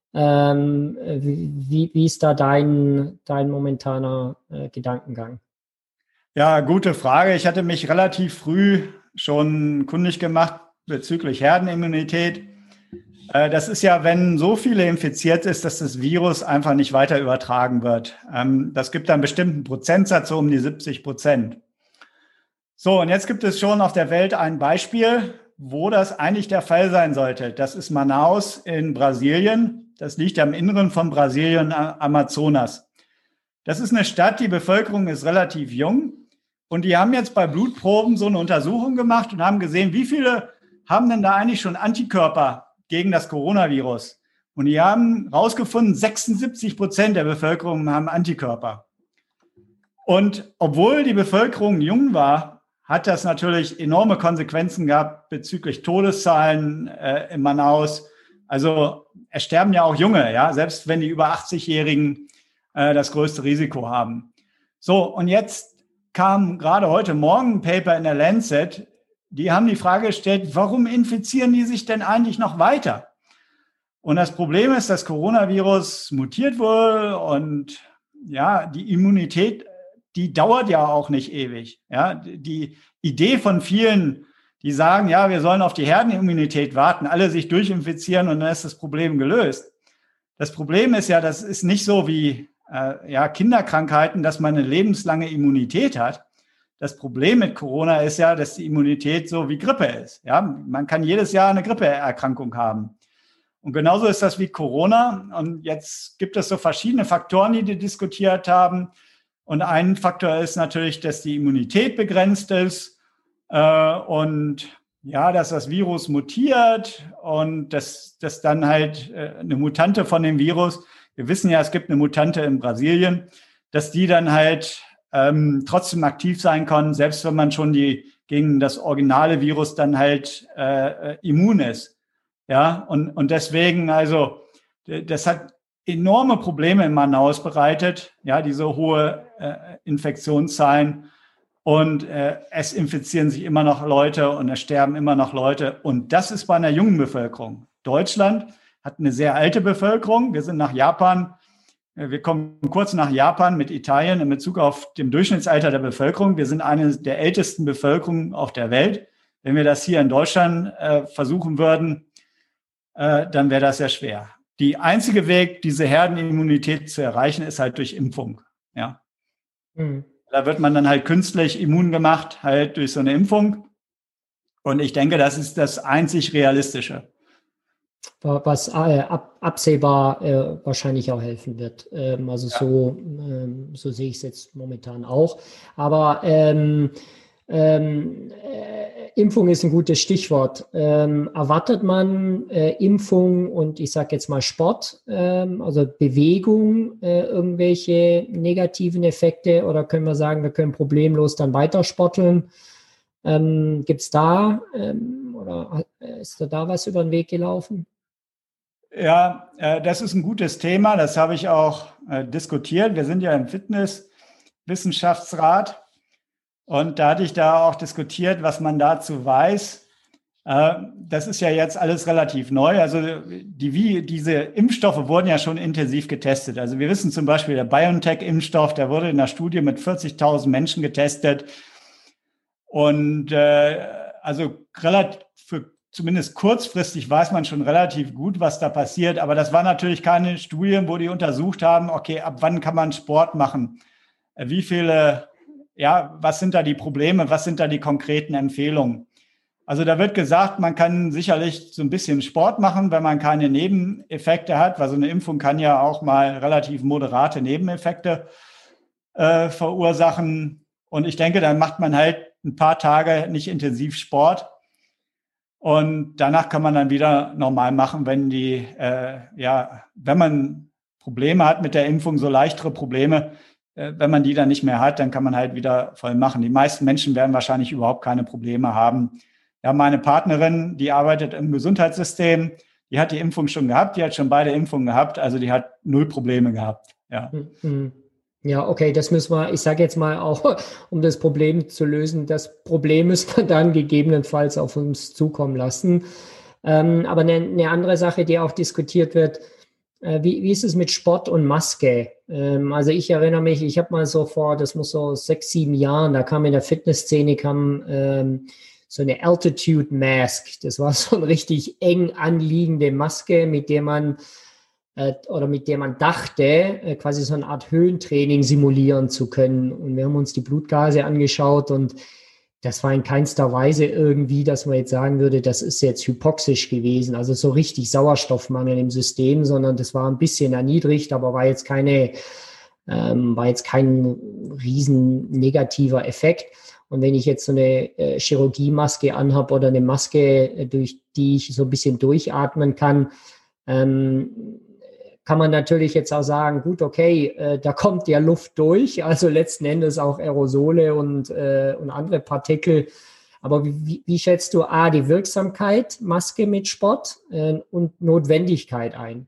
Wie ist da dein momentaner Gedankengang? Ja, gute Frage. Ich hatte mich relativ früh schon kundig gemacht bezüglich Herdenimmunität. Das ist ja, wenn so viele infiziert ist, dass das Virus einfach nicht weiter übertragen wird. Das gibt einen bestimmten Prozentsatz, so um die 70%. So, und jetzt gibt es schon auf der Welt ein Beispiel, wo das eigentlich der Fall sein sollte. Das ist Manaus in Brasilien. Das liegt am Inneren von Brasilien, Amazonas. Das ist eine Stadt, die Bevölkerung ist relativ jung. Und die haben jetzt bei Blutproben so eine Untersuchung gemacht und haben gesehen, wie viele haben denn da eigentlich schon Antikörper gegen das Coronavirus. Und die haben herausgefunden, 76% der Bevölkerung haben Antikörper. Und obwohl die Bevölkerung jung war, hat das natürlich enorme Konsequenzen gehabt bezüglich Todeszahlen in Manaus. Also es sterben ja auch Junge, ja, selbst wenn die über 80-Jährigen das größte Risiko haben. So, und jetzt kam gerade heute Morgen ein Paper in der Lancet, die haben die Frage gestellt, warum infizieren die sich denn eigentlich noch weiter? Und das Problem ist, das Coronavirus mutiert wohl und ja, die Immunität, die dauert ja auch nicht ewig. Ja, die Idee von vielen, die sagen, ja, wir sollen auf die Herdenimmunität warten, alle sich durchinfizieren und dann ist das Problem gelöst. Das Problem ist ja, das ist nicht so wie Kinderkrankheiten, dass man eine lebenslange Immunität hat. Das Problem mit Corona ist ja, dass die Immunität so wie Grippe ist. Ja, man kann jedes Jahr eine Grippeerkrankung haben. Und genauso ist das wie Corona. Und jetzt gibt es so verschiedene Faktoren, die diskutiert haben. Und ein Faktor ist natürlich, dass die Immunität begrenzt ist und ja, dass das Virus mutiert und dass dann halt eine Mutante von dem Virus, wir wissen ja, es gibt eine Mutante in Brasilien, dass die dann halt trotzdem aktiv sein kann, selbst wenn man schon gegen das originale Virus dann halt immun ist. Ja, und deswegen, also, das hat enorme Probleme in Manaus bereitet, ja, diese hohe Infektionszahlen. Und es infizieren sich immer noch Leute und es sterben immer noch Leute. Und das ist bei einer jungen Bevölkerung. Deutschland hat eine sehr alte Bevölkerung. Wir sind nach Japan. Wir kommen kurz nach Japan mit Italien in Bezug auf dem Durchschnittsalter der Bevölkerung. Wir sind eine der ältesten Bevölkerungen auf der Welt. Wenn wir das hier in Deutschland versuchen würden, dann wäre das sehr schwer. Die einzige Weg, diese Herdenimmunität zu erreichen, ist halt durch Impfung. Ja. Da wird man dann halt künstlich immun gemacht, halt durch so eine Impfung. Und ich denke, das ist das einzig Realistische. Was absehbar wahrscheinlich auch helfen wird. So sehe ich es jetzt momentan auch. Aber Impfung ist ein gutes Stichwort. Erwartet man Impfung und ich sage jetzt mal Sport, also Bewegung, irgendwelche negativen Effekte oder können wir sagen, wir können problemlos dann weiter sporteln? Gibt es da oder ist da was über den Weg gelaufen? Ja, das ist ein gutes Thema. Das habe ich auch diskutiert. Wir sind ja im Fitnesswissenschaftsrat und da hatte ich da auch diskutiert, was man dazu weiß. Das ist ja jetzt alles relativ neu. Also diese Impfstoffe wurden ja schon intensiv getestet. Also wir wissen zum Beispiel, der BioNTech-Impfstoff, der wurde in einer Studie mit 40.000 Menschen getestet. Und also zumindest kurzfristig weiß man schon relativ gut, was da passiert. Aber das waren natürlich keine Studien, wo die untersucht haben, okay, ab wann kann man Sport machen? Was sind da die Probleme? Was sind da die konkreten Empfehlungen? Also da wird gesagt, man kann sicherlich so ein bisschen Sport machen, wenn man keine Nebeneffekte hat, weil so eine Impfung kann ja auch mal relativ moderate Nebeneffekte verursachen. Und ich denke, dann macht man halt ein paar Tage nicht intensiv Sport. Und danach kann man dann wieder normal machen, wenn wenn man Probleme hat mit der Impfung, so leichtere Probleme, wenn man die dann nicht mehr hat, dann kann man halt wieder voll machen. Die meisten Menschen werden wahrscheinlich überhaupt keine Probleme haben. Ja, meine Partnerin, die arbeitet im Gesundheitssystem, die hat die Impfung schon gehabt, die hat schon beide Impfungen gehabt, also die hat 0 Probleme gehabt. Ja. Ja, okay, das müssen wir, ich sage jetzt mal auch, um das Problem zu lösen, das Problem müssen wir dann gegebenenfalls auf uns zukommen lassen. Aber eine andere Sache, die auch diskutiert wird, wie ist es mit Sport und Maske? Also ich erinnere mich, ich habe mal das muss so 6, 7 Jahren, da kam in der Fitnessszene, so eine Altitude Mask. Das war so eine richtig eng anliegende Maske, mit der man dachte, quasi so eine Art Höhentraining simulieren zu können. Und wir haben uns die Blutgase angeschaut und das war in keinster Weise irgendwie, dass man jetzt sagen würde, das ist jetzt hypoxisch gewesen, also so richtig Sauerstoffmangel im System, sondern das war ein bisschen erniedrigt, aber war jetzt kein riesen negativer Effekt. Und wenn ich jetzt so eine Chirurgiemaske anhabe oder eine Maske, durch die ich so ein bisschen durchatmen kann man natürlich jetzt auch sagen, gut, okay, da kommt ja Luft durch, also letzten Endes auch Aerosole und andere Partikel. Aber wie schätzt du die Wirksamkeit, Maske mit Sport und Notwendigkeit ein?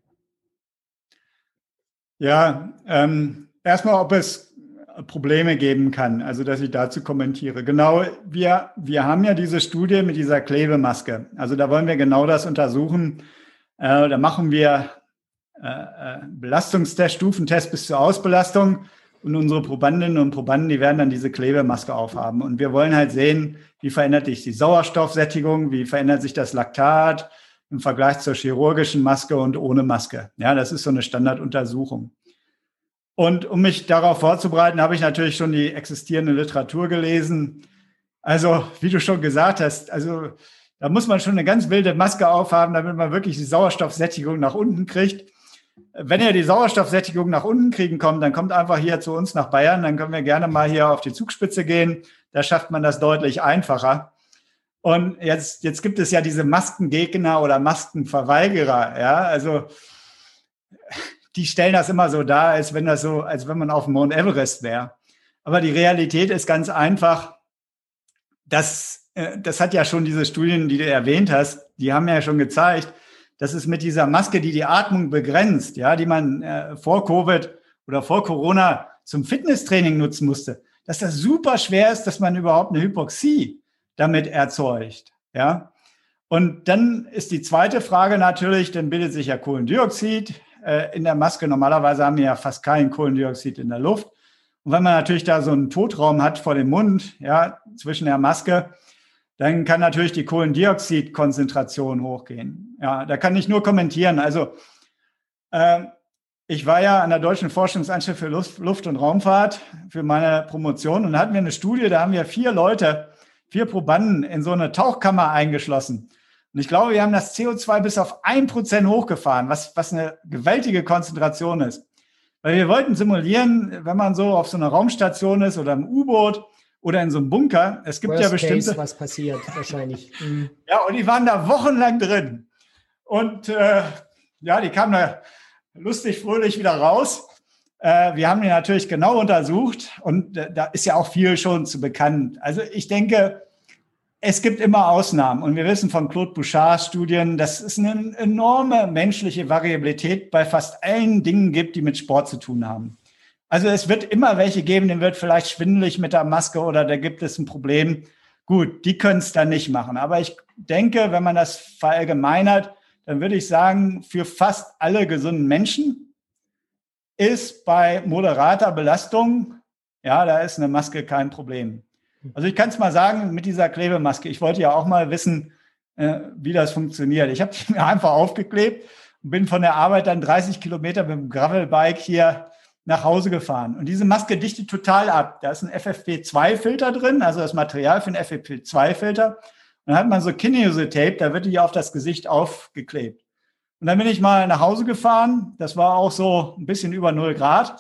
Ja, erstmal, ob es Probleme geben kann, also dass ich dazu kommentiere. Genau, wir haben ja diese Studie mit dieser Klebemaske. Also da wollen wir genau das untersuchen. Da machen wir Belastungstest, Stufentest bis zur Ausbelastung und unsere Probandinnen und Probanden, die werden dann diese Klebemaske aufhaben. Und wir wollen halt sehen, wie verändert sich die Sauerstoffsättigung, wie verändert sich das Laktat im Vergleich zur chirurgischen Maske und ohne Maske. Ja, das ist so eine Standarduntersuchung. Und um mich darauf vorzubereiten, habe ich natürlich schon die existierende Literatur gelesen. Also, wie du schon gesagt hast, also da muss man schon eine ganz wilde Maske aufhaben, damit man wirklich die Sauerstoffsättigung nach unten kriegt. Wenn ihr die Sauerstoffsättigung nach unten kriegen kommt, dann kommt einfach hier zu uns nach Bayern, dann können wir gerne mal hier auf die Zugspitze gehen. Da schafft man das deutlich einfacher. Und jetzt gibt es ja diese Maskengegner oder Maskenverweigerer, ja, also die stellen das immer so dar, als wenn man auf dem Mount Everest wäre. Aber die Realität ist ganz einfach, das hat ja schon diese Studien, die du erwähnt hast, die haben ja schon gezeigt, dass es mit dieser Maske, die die Atmung begrenzt, ja, die man vor Covid oder vor Corona zum Fitnesstraining nutzen musste, dass das super schwer ist, dass man überhaupt eine Hypoxie damit erzeugt, ja. Und dann ist die zweite Frage natürlich, dann bildet sich ja Kohlendioxid in der Maske. Normalerweise haben wir ja fast kein Kohlendioxid in der Luft. Und wenn man natürlich da so einen Totraum hat vor dem Mund, ja, zwischen der Maske, dann kann natürlich die Kohlendioxidkonzentration hochgehen. Ja, da kann ich nur kommentieren. Also ich war ja an der Deutschen Forschungsanstalt für Luft- und Raumfahrt für meine Promotion und da hatten wir eine Studie, da haben wir 4 Probanden in so eine Tauchkammer eingeschlossen. Und ich glaube, wir haben das CO2 bis auf 1% hochgefahren, was eine gewaltige Konzentration ist. Weil wir wollten simulieren, wenn man so auf so einer Raumstation ist oder im U-Boot oder in so einem Bunker. Es gibt Worst ja bestimmte... Case, was passiert wahrscheinlich. Mhm. Ja, und die waren da wochenlang drin. Und ja, die kamen da lustig, fröhlich wieder raus. Wir haben die natürlich genau untersucht und da ist ja auch viel schon zu bekannt. Also ich denke, es gibt immer Ausnahmen und wir wissen von Claude Bouchards Studien, dass es eine enorme menschliche Variabilität bei fast allen Dingen gibt, die mit Sport zu tun haben. Also es wird immer welche geben, denen wird vielleicht schwindelig mit der Maske oder da gibt es ein Problem. Gut, die können es dann nicht machen. Aber ich denke, wenn man das verallgemeinert, dann würde ich sagen, für fast alle gesunden Menschen ist bei moderater Belastung, ja, da ist eine Maske kein Problem. Also ich kann es mal sagen, mit dieser Klebemaske, ich wollte ja auch mal wissen, wie das funktioniert. Ich habe die mir einfach aufgeklebt und bin von der Arbeit dann 30 Kilometer mit dem Gravelbike hier nach Hause gefahren. Und diese Maske dichtet total ab. Da ist ein FFP2-Filter drin, also das Material für einen FFP2-Filter. Und dann hat man so Kinesiotape, da wird die auf das Gesicht aufgeklebt. Und dann bin ich mal nach Hause gefahren. Das war auch so ein bisschen über 0 Grad.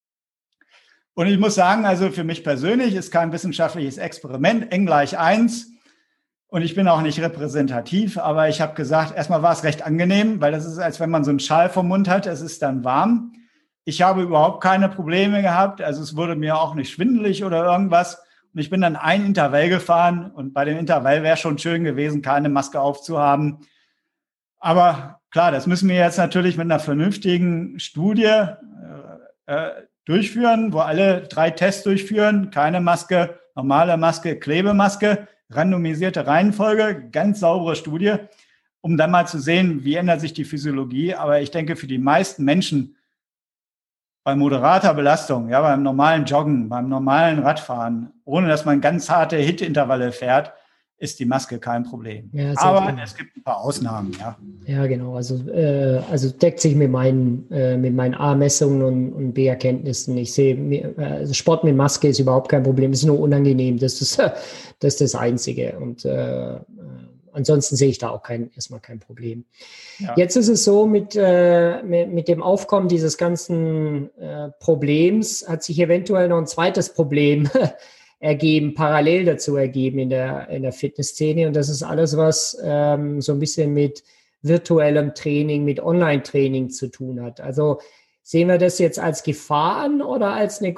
Und ich muss sagen, also für mich persönlich ist kein wissenschaftliches Experiment, N = 1. Und ich bin auch nicht repräsentativ, aber ich habe gesagt, erstmal war es recht angenehm, weil das ist, als wenn man so einen Schal vom Mund hat, es ist dann warm. Ich habe überhaupt keine Probleme gehabt, also es wurde mir auch nicht schwindelig oder irgendwas. Und ich bin dann ein Intervall gefahren und bei dem Intervall wäre schon schön gewesen, keine Maske aufzuhaben. Aber klar, das müssen wir jetzt natürlich mit einer vernünftigen Studie durchführen, wo alle 3 Tests durchführen, keine Maske, normale Maske, Klebemaske, randomisierte Reihenfolge, ganz saubere Studie, um dann mal zu sehen, wie ändert sich die Physiologie. Aber ich denke, für die meisten Menschen bei moderater Belastung, ja, beim normalen Joggen, beim normalen Radfahren, ohne dass man ganz harte Hit-Intervalle fährt, ist die Maske kein Problem. Ja, aber es gibt ein paar Ausnahmen, ja. Ja, genau. Also deckt sich mit meinen A-Messungen und B-Erkenntnissen. Ich sehe, also Sport mit Maske ist überhaupt kein Problem. Es ist nur unangenehm. Das ist das Einzige. Und ansonsten sehe ich da auch erstmal kein Problem. Ja. Jetzt ist es so, mit dem Aufkommen dieses ganzen Problems hat sich eventuell noch ein zweites Problem parallel dazu ergeben in der Fitnessszene. Und das ist alles, was so ein bisschen mit virtuellem Training, mit Online-Training zu tun hat. Also sehen wir das jetzt als Gefahr an oder als eine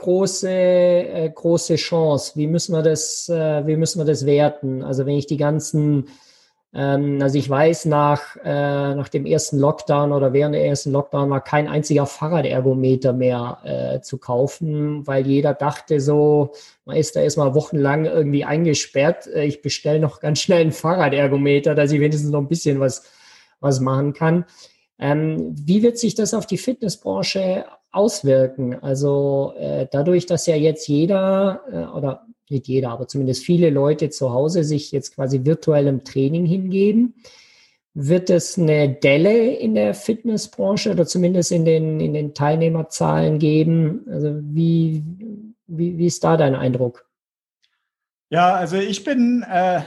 große Chance? Wie müssen wir das werten? Also wenn ich die ganzen also ich weiß, nach dem ersten Lockdown oder während der ersten Lockdown war kein einziger Fahrradergometer mehr zu kaufen, weil jeder dachte so, man ist da erstmal wochenlang irgendwie eingesperrt. Ich bestelle noch ganz schnell einen Fahrradergometer, dass ich wenigstens noch ein bisschen was machen kann. Wie wird sich das auf die Fitnessbranche auswirken? Also dadurch, dass ja jetzt jeder oder nicht jeder, aber zumindest viele Leute zu Hause sich jetzt quasi virtuellem Training hingeben. Wird es eine Delle in der Fitnessbranche oder zumindest in den Teilnehmerzahlen geben? Also wie ist da dein Eindruck? Ja, also ich bin,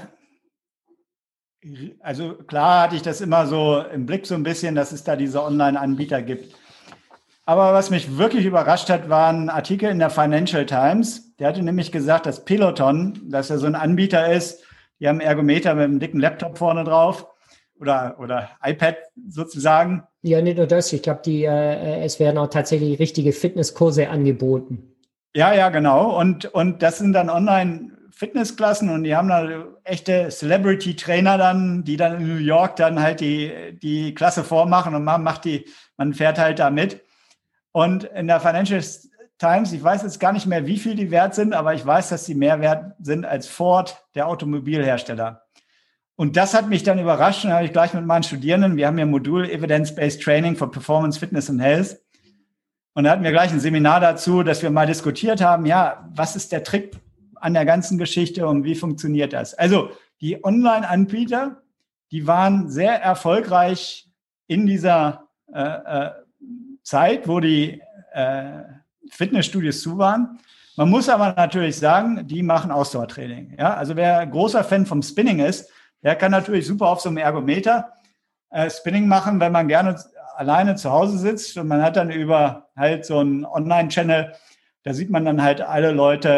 also klar hatte ich das immer so im Blick so ein bisschen, dass es da diese Online-Anbieter gibt. Aber was mich wirklich überrascht hat, war ein Artikel in der Financial Times. Der hatte nämlich gesagt, dass Peloton, dass er so ein Anbieter ist, die haben einen Ergometer mit einem dicken Laptop vorne drauf oder iPad sozusagen. Ja, nicht nur das. Ich glaube, es werden auch tatsächlich richtige Fitnesskurse angeboten. Ja, genau. Und das sind dann Online-Fitnessklassen und die haben da echte Celebrity-Trainer dann, die dann in New York dann halt die Klasse vormachen und man fährt halt da mit. Und in der Financial Times, ich weiß jetzt gar nicht mehr, wie viel die wert sind, aber ich weiß, dass die mehr wert sind als Ford, der Automobilhersteller. Und das hat mich dann überrascht und habe ich gleich mit meinen Studierenden, wir haben ja Modul Evidence-Based Training for Performance, Fitness and Health. Und da hatten wir gleich ein Seminar dazu, dass wir mal diskutiert haben, ja, was ist der Trick an der ganzen Geschichte und wie funktioniert das? Also die Online-Anbieter, die waren sehr erfolgreich in dieser Zeit, wo die Fitnessstudios zu waren. Man muss aber natürlich sagen, die machen Ausdauertraining. Ja? Also wer großer Fan vom Spinning ist, der kann natürlich super auf so einem Ergometer Spinning machen, wenn man gerne alleine zu Hause sitzt und man hat dann über halt so einen Online-Channel, da sieht man dann halt alle Leute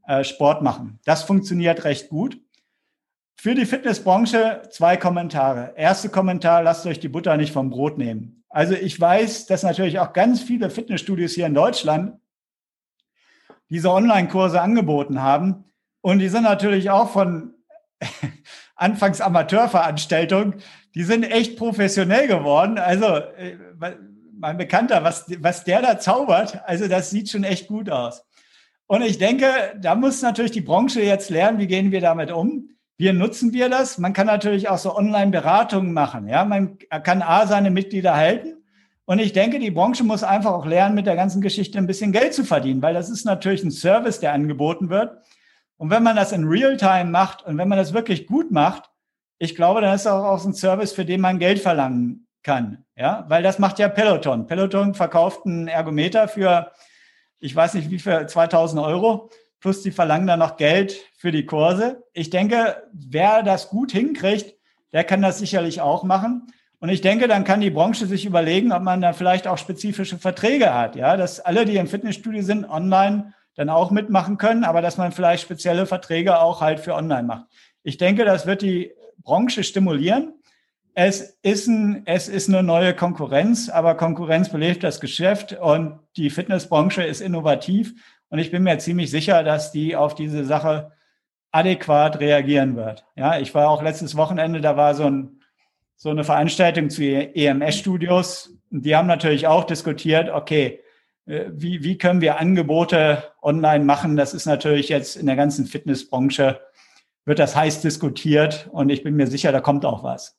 Sport machen. Das funktioniert recht gut. Für die Fitnessbranche 2 Kommentare. Erster Kommentar, lasst euch die Butter nicht vom Brot nehmen. Also ich weiß, dass natürlich auch ganz viele Fitnessstudios hier in Deutschland diese Online-Kurse angeboten haben. Und die sind natürlich auch von anfangs Amateurveranstaltungen, die sind echt professionell geworden. Also mein Bekannter, was der da zaubert, also das sieht schon echt gut aus. Und ich denke, da muss natürlich die Branche jetzt lernen, wie gehen wir damit um? Wie nutzen wir das? Man kann natürlich auch so Online-Beratungen machen. Ja, man kann seine Mitglieder halten. Und ich denke, die Branche muss einfach auch lernen, mit der ganzen Geschichte ein bisschen Geld zu verdienen, weil das ist natürlich ein Service, der angeboten wird. Und wenn man das in Realtime macht und wenn man das wirklich gut macht, ich glaube, dann ist das auch ein Service, für den man Geld verlangen kann. Ja, weil das macht ja Peloton. Peloton verkauft einen Ergometer für, ich weiß nicht wie viel, 2.000 Euro. Plus die verlangen dann noch Geld für die Kurse. Ich denke, wer das gut hinkriegt, der kann das sicherlich auch machen. Und ich denke, dann kann die Branche sich überlegen, ob man da vielleicht auch spezifische Verträge hat. Ja, dass alle, die im Fitnessstudio sind, online dann auch mitmachen können, aber dass man vielleicht spezielle Verträge auch halt für online macht. Ich denke, das wird die Branche stimulieren. Es ist eine neue Konkurrenz, aber Konkurrenz belebt das Geschäft und die Fitnessbranche ist innovativ. Und ich bin mir ziemlich sicher, dass die auf diese Sache adäquat reagieren wird. Ja, ich war auch letztes Wochenende, da war so eine Veranstaltung zu EMS-Studios. Die haben natürlich auch diskutiert, okay, wie können wir Angebote online machen? Das ist natürlich jetzt in der ganzen Fitnessbranche, wird das heiß diskutiert. Und ich bin mir sicher, da kommt auch was.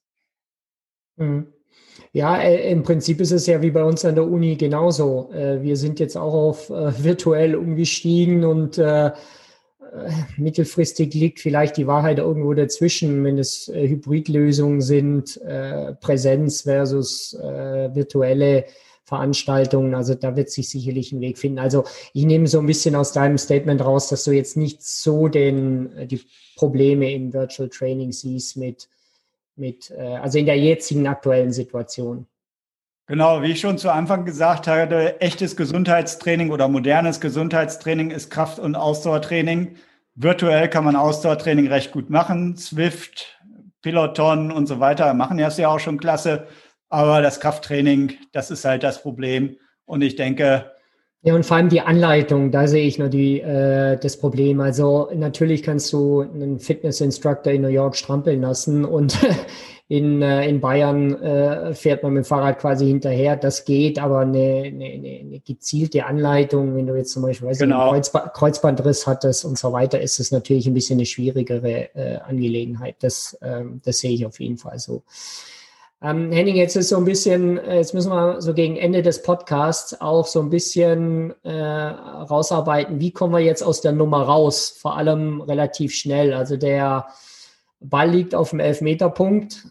Ja, im Prinzip ist es ja wie bei uns an der Uni genauso. Wir sind jetzt auch auf virtuell umgestiegen und mittelfristig liegt vielleicht die Wahrheit irgendwo dazwischen, wenn es Hybridlösungen sind, Präsenz versus virtuelle Veranstaltungen. Also da wird sich sicherlich ein Weg finden. Also ich nehme so ein bisschen aus deinem Statement raus, dass du jetzt nicht so die Probleme im Virtual Training siehst also in der jetzigen aktuellen Situation. Genau, wie ich schon zu Anfang gesagt hatte, echtes Gesundheitstraining oder modernes Gesundheitstraining ist Kraft- und Ausdauertraining. Virtuell kann man Ausdauertraining recht gut machen. Zwift, Peloton und so weiter machen das ja auch schon klasse. Aber das Krafttraining, das ist halt das Problem. Und ich denke... Ja, und vor allem die Anleitung, da sehe ich nur das Problem. Also natürlich kannst du einen Fitness-Instructor in New York strampeln lassen und in Bayern fährt man mit dem Fahrrad quasi hinterher. Das geht, aber eine gezielte Anleitung, wenn du jetzt zum Beispiel einen Kreuzbandriss hattest und so weiter, ist es natürlich ein bisschen eine schwierigere Angelegenheit. Das sehe ich auf jeden Fall so. Henning, jetzt ist so ein bisschen, jetzt müssen wir so gegen Ende des Podcasts auch so ein bisschen rausarbeiten, wie kommen wir jetzt aus der Nummer raus, vor allem relativ schnell. Also der Ball liegt auf dem Elfmeterpunkt.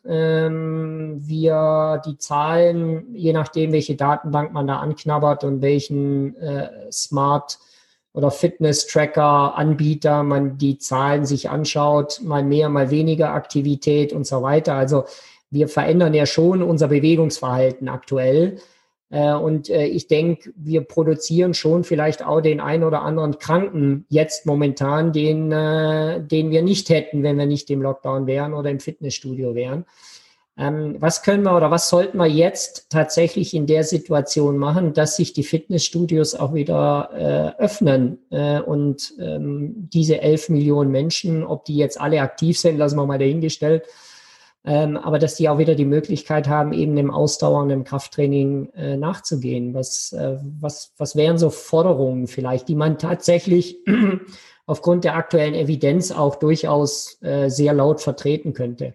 Wir die Zahlen, je nachdem, welche Datenbank man da anknabbert und welchen Smart- oder Fitness-Tracker-Anbieter man die Zahlen sich anschaut, mal mehr, mal weniger Aktivität und so weiter. Also wir verändern ja schon unser Bewegungsverhalten aktuell. Und ich denke, wir produzieren schon vielleicht auch den einen oder anderen Kranken jetzt momentan, den wir nicht hätten, wenn wir nicht im Lockdown wären oder im Fitnessstudio wären. Was können wir oder was sollten wir jetzt tatsächlich in der Situation machen, dass sich die Fitnessstudios auch wieder öffnen und diese 11 Millionen Menschen, ob die jetzt alle aktiv sind, lassen wir mal dahingestellt, aber dass die auch wieder die Möglichkeit haben, eben dem ausdauernden Krafttraining nachzugehen. Was wären so Forderungen vielleicht, die man tatsächlich aufgrund der aktuellen Evidenz auch durchaus sehr laut vertreten könnte?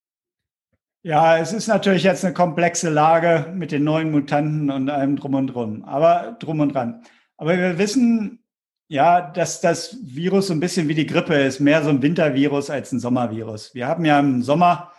Ja, es ist natürlich jetzt eine komplexe Lage mit den neuen Mutanten und allem drum und dran. Aber wir wissen ja, dass das Virus so ein bisschen wie die Grippe ist, mehr so ein Wintervirus als ein Sommervirus. Wir haben ja im Sommer,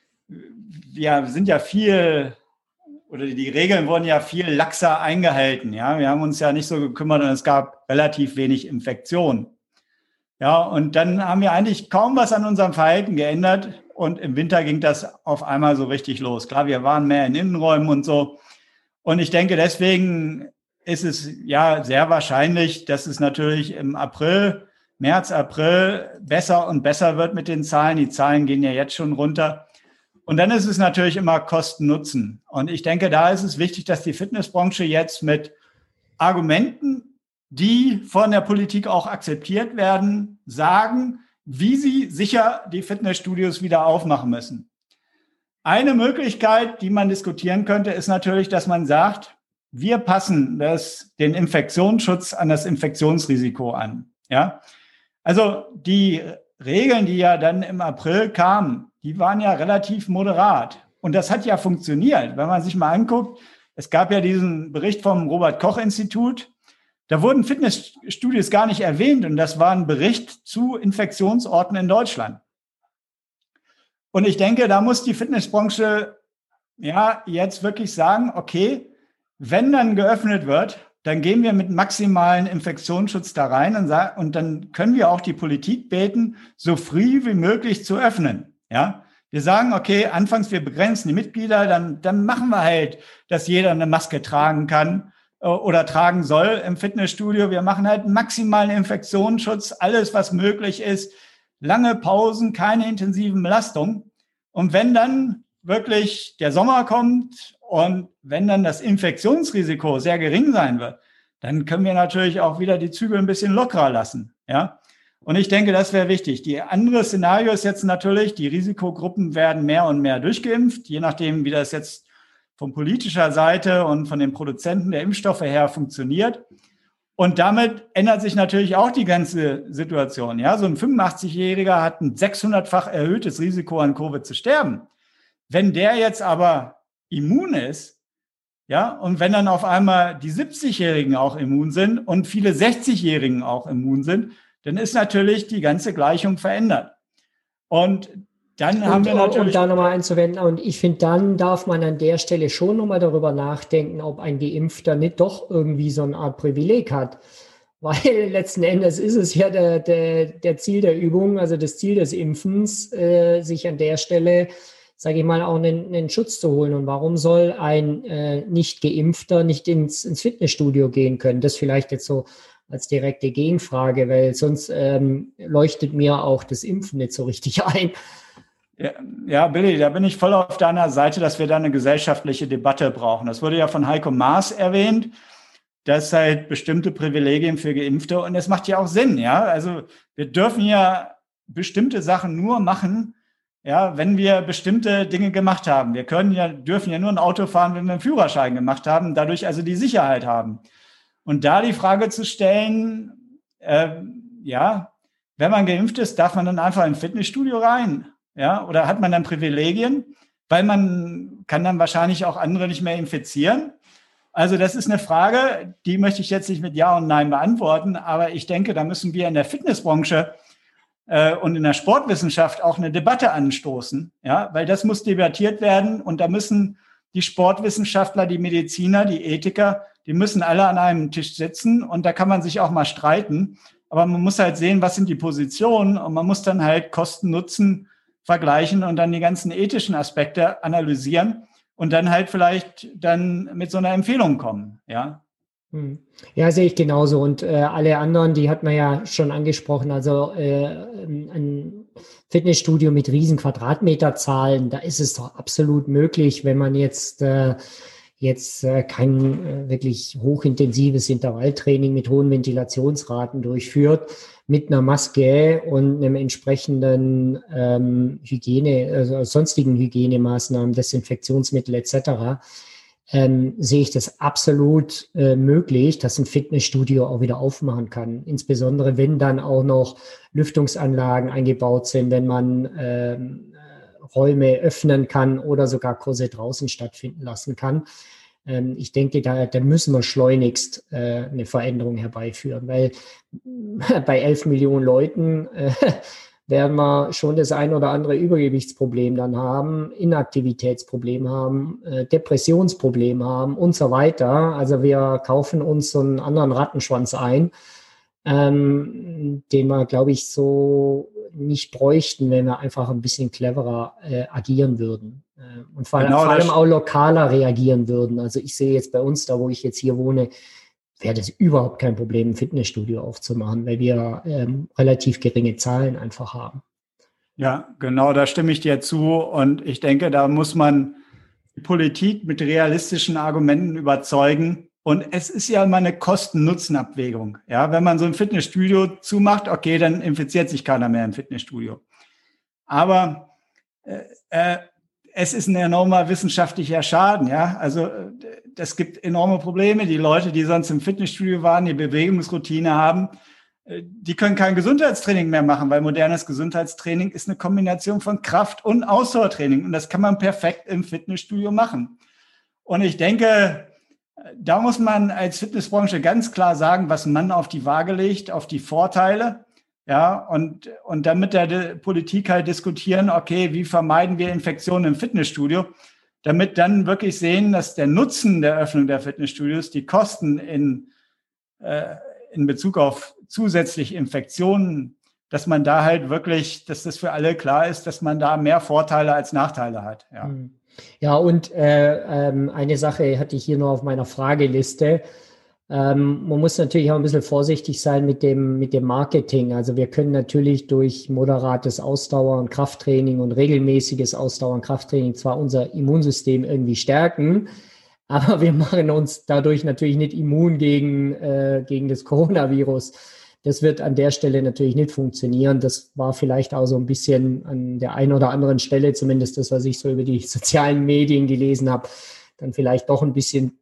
wir sind ja oder die Regeln wurden ja viel laxer eingehalten. Ja, wir haben uns ja nicht so gekümmert und es gab relativ wenig Infektionen. Ja, und dann haben wir eigentlich kaum was an unserem Verhalten geändert und im Winter ging das auf einmal so richtig los. Klar, wir waren mehr in Innenräumen und so. Und ich denke, deswegen ist es ja sehr wahrscheinlich, dass es natürlich im April März, April besser und besser wird mit den Zahlen. Die Zahlen gehen ja jetzt schon runter. Und dann ist es natürlich immer Kosten-Nutzen. Und ich denke, da ist es wichtig, dass die Fitnessbranche jetzt mit Argumenten, die von der Politik auch akzeptiert werden, sagen, wie sie sicher die Fitnessstudios wieder aufmachen müssen. Eine Möglichkeit, die man diskutieren könnte, ist natürlich, dass man sagt, wir passen den Infektionsschutz an das Infektionsrisiko an. Ja? Also die Regeln, die ja dann im April kamen, die waren ja relativ moderat. Und das hat ja funktioniert. Wenn man sich mal anguckt, es gab ja diesen Bericht vom Robert-Koch-Institut, da wurden Fitnessstudios gar nicht erwähnt und das war ein Bericht zu Infektionsorten in Deutschland. Und ich denke, da muss die Fitnessbranche ja jetzt wirklich sagen, okay, wenn dann geöffnet wird, dann gehen wir mit maximalen Infektionsschutz da rein und dann können wir auch die Politik beten, so früh wie möglich zu öffnen. Ja, wir sagen, okay, anfangs wir begrenzen die Mitglieder, dann machen wir halt, dass jeder eine Maske tragen kann oder tragen soll im Fitnessstudio. Wir machen halt maximalen Infektionsschutz, alles, was möglich ist, lange Pausen, keine intensiven Belastungen. Und wenn dann wirklich der Sommer kommt und wenn dann das Infektionsrisiko sehr gering sein wird, dann können wir natürlich auch wieder die Zügel ein bisschen lockerer lassen. Ja? Und ich denke, das wäre wichtig. Die andere Szenario ist jetzt natürlich, die Risikogruppen werden mehr und mehr durchgeimpft, je nachdem, wie das jetzt von politischer Seite und von den Produzenten der Impfstoffe her funktioniert. Und damit ändert sich natürlich auch die ganze Situation. Ja, so ein 85-Jähriger hat ein 600-fach erhöhtes Risiko, an Covid zu sterben. Wenn der jetzt aber immun ist, ja, und wenn dann auf einmal die 70-Jährigen auch immun sind und viele 60-Jährigen auch immun sind, dann ist natürlich die ganze Gleichung verändert. Und dann haben wir natürlich... Um da nochmal einzuwenden, und ich finde, dann darf man an der Stelle schon nochmal darüber nachdenken, ob ein Geimpfter nicht doch irgendwie so eine Art Privileg hat. Weil letzten Endes ist es ja der Ziel der Übung, also das Ziel des Impfens, sich an der Stelle, sage ich mal, auch einen Schutz zu holen. Und warum soll ein Nicht-Geimpfter nicht ins Fitnessstudio gehen können? Das vielleicht jetzt so als direkte Gegenfrage, weil sonst leuchtet mir auch das Impfen nicht so richtig ein. Ja, Billy, da bin ich voll auf deiner Seite, dass wir da eine gesellschaftliche Debatte brauchen. Das wurde ja von Heiko Maas erwähnt, dass halt bestimmte Privilegien für Geimpfte, und das macht ja auch Sinn, ja. Also wir dürfen ja bestimmte Sachen nur machen, ja, wenn wir bestimmte Dinge gemacht haben. Wir dürfen ja nur ein Auto fahren, wenn wir einen Führerschein gemacht haben, dadurch also die Sicherheit haben. Und da die Frage zu stellen, ja, wenn man geimpft ist, darf man dann einfach in ein Fitnessstudio rein? Ja, oder hat man dann Privilegien? Weil man kann dann wahrscheinlich auch andere nicht mehr infizieren. Also das ist eine Frage, die möchte ich jetzt nicht mit Ja und Nein beantworten, aber ich denke, da müssen wir in der Fitnessbranche und in der Sportwissenschaft auch eine Debatte anstoßen, ja, weil das muss debattiert werden und da müssen die Sportwissenschaftler, die Mediziner, die Ethiker, die müssen alle an einem Tisch sitzen und da kann man sich auch mal streiten, aber man muss halt sehen, was sind die Positionen und man muss dann halt Kosten-Nutzen vergleichen und dann die ganzen ethischen Aspekte analysieren und dann halt vielleicht dann mit so einer Empfehlung kommen, ja. Ja, sehe ich genauso. Und alle anderen, die hat man ja schon angesprochen. Also ein Fitnessstudio mit riesen Quadratmeterzahlen, da ist es doch absolut möglich, wenn man jetzt kein wirklich hochintensives Intervalltraining mit hohen Ventilationsraten durchführt, mit einer Maske und einem entsprechenden also sonstigen Hygienemaßnahmen, Desinfektionsmittel etc., sehe ich das absolut möglich, dass ein Fitnessstudio auch wieder aufmachen kann. Insbesondere, wenn dann auch noch Lüftungsanlagen eingebaut sind, wenn man Räume öffnen kann oder sogar Kurse draußen stattfinden lassen kann. Ich denke, da müssen wir schleunigst eine Veränderung herbeiführen, weil bei 11 Millionen Leuten werden wir schon das ein oder andere Übergewichtsproblem dann haben, Inaktivitätsproblem haben, Depressionsproblem haben und so weiter. Also wir kaufen uns so einen anderen Rattenschwanz ein, den wir, glaube ich, so nicht bräuchten, wenn wir einfach ein bisschen cleverer agieren würden. Und vor allem auch lokaler reagieren würden. Also ich sehe jetzt bei uns, da wo ich jetzt hier wohne, wäre das überhaupt kein Problem, ein Fitnessstudio aufzumachen, weil wir relativ geringe Zahlen einfach haben. Ja, genau, da stimme ich dir zu. Und ich denke, da muss man die Politik mit realistischen Argumenten überzeugen. Und es ist ja immer eine Kosten-Nutzen-Abwägung. Ja, wenn man so ein Fitnessstudio zumacht, okay, dann infiziert sich keiner mehr im Fitnessstudio. Aber es ist ein enormer wissenschaftlicher Schaden. Ja, also das gibt enorme Probleme. Die Leute, die sonst im Fitnessstudio waren, die Bewegungsroutine haben, die können kein Gesundheitstraining mehr machen, weil modernes Gesundheitstraining ist eine Kombination von Kraft- und Ausdauertraining. Und das kann man perfekt im Fitnessstudio machen. Und ich denke, da muss man als Fitnessbranche ganz klar sagen, was man auf die Waage legt, auf die Vorteile. Ja, und dann mit der Politik halt diskutieren, okay, wie vermeiden wir Infektionen im Fitnessstudio, damit dann wirklich sehen, dass der Nutzen der Öffnung der Fitnessstudios, die Kosten in Bezug auf zusätzlich Infektionen, dass man da halt wirklich, dass das für alle klar ist, dass man da mehr Vorteile als Nachteile hat. Ja, ja, und eine Sache hatte ich hier noch auf meiner Frageliste. Man muss natürlich auch ein bisschen vorsichtig sein mit dem Marketing. Also wir können natürlich durch moderates Ausdauer- und Krafttraining und regelmäßiges Ausdauer- und Krafttraining zwar unser Immunsystem irgendwie stärken, aber wir machen uns dadurch natürlich nicht immun gegen das Coronavirus. Das wird an der Stelle natürlich nicht funktionieren. Das war vielleicht auch so ein bisschen an der einen oder anderen Stelle, zumindest das, was ich so über die sozialen Medien gelesen habe, dann vielleicht doch ein bisschen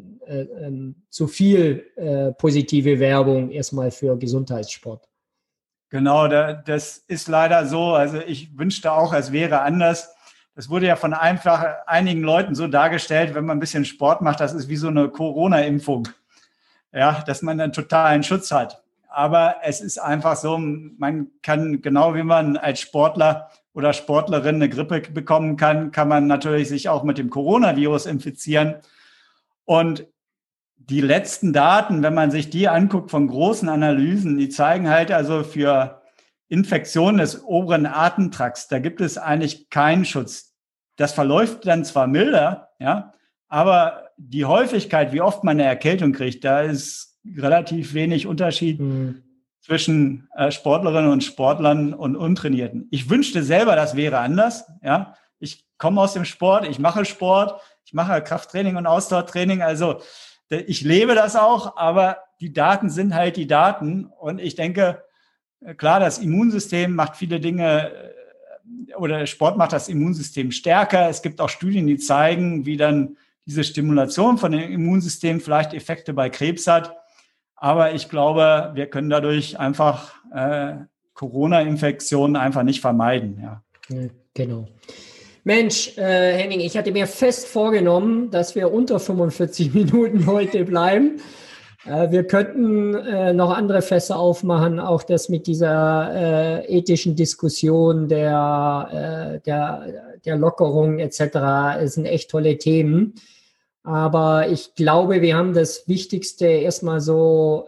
zu viel positive Werbung erstmal für Gesundheitssport. genau, das ist leider so. Also ich wünschte auch, es wäre anders. Das wurde ja von einigen Leuten so dargestellt, wenn man ein bisschen Sport macht, das ist wie so eine Corona-Impfung. Ja, dass man einen totalen Schutz hat. Aber es ist einfach so, man kann, genau wie man als Sportler oder Sportlerin eine Grippe bekommen kann, kann man natürlich sich auch mit dem Coronavirus infizieren. Und die letzten Daten, wenn man sich die anguckt von großen Analysen, die zeigen halt also für Infektionen des oberen Atemtrakts, da gibt es eigentlich keinen Schutz. Das verläuft dann zwar milder, ja, aber die Häufigkeit, wie oft man eine Erkältung kriegt, da ist relativ wenig Unterschied zwischen Sportlerinnen und Sportlern und Untrainierten. Ich wünschte selber, das wäre anders. Ja, ich komme aus dem Sport, ich mache Krafttraining und Ausdauertraining, also ich lebe das auch, aber die Daten sind halt die Daten. Und ich denke, klar, das Immunsystem macht viele Dinge oder Sport macht das Immunsystem stärker. Es gibt auch Studien, die zeigen, wie dann diese Stimulation von dem Immunsystem vielleicht Effekte bei Krebs hat. Aber ich glaube, wir können dadurch einfach Corona-Infektionen einfach nicht vermeiden. Ja. Genau. Mensch, Henning, ich hatte mir fest vorgenommen, dass wir unter 45 Minuten heute bleiben. Wir könnten noch andere Fässer aufmachen, auch das mit dieser ethischen Diskussion der Lockerung etc. Es sind echt tolle Themen. Aber ich glaube, wir haben das Wichtigste erstmal so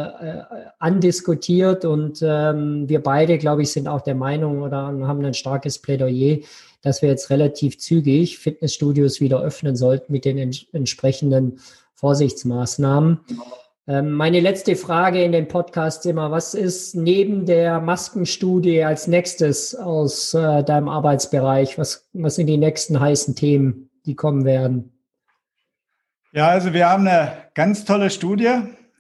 andiskutiert und wir beide, glaube ich, sind auch der Meinung oder haben ein starkes Plädoyer, dass wir jetzt relativ zügig Fitnessstudios wieder öffnen sollten mit den entsprechenden Vorsichtsmaßnahmen. Meine letzte Frage in den Podcasts immer, was ist neben der Maskenstudie als nächstes aus deinem Arbeitsbereich? Was sind die nächsten heißen Themen, die kommen werden? Ja, also wir haben eine ganz tolle Studie.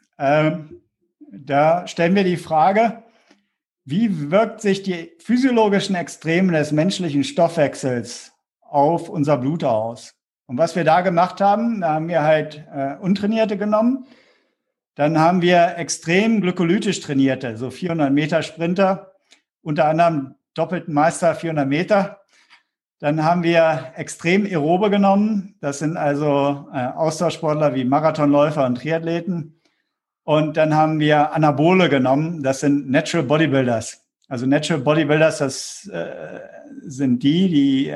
Da stellen wir die Frage, wie wirkt sich die physiologischen Extreme des menschlichen Stoffwechsels auf unser Blut aus? Und was wir da gemacht haben, da haben wir halt Untrainierte genommen. Dann haben wir extrem glykolytisch Trainierte, so 400 Meter Sprinter, unter anderem doppelten Meister 400 Meter. Dann haben wir extrem Aerobe genommen. Das sind also Ausdauersportler wie Marathonläufer und Triathleten. Und dann haben wir Anabole genommen. Das sind Natural Bodybuilders. Also Natural Bodybuilders, das sind die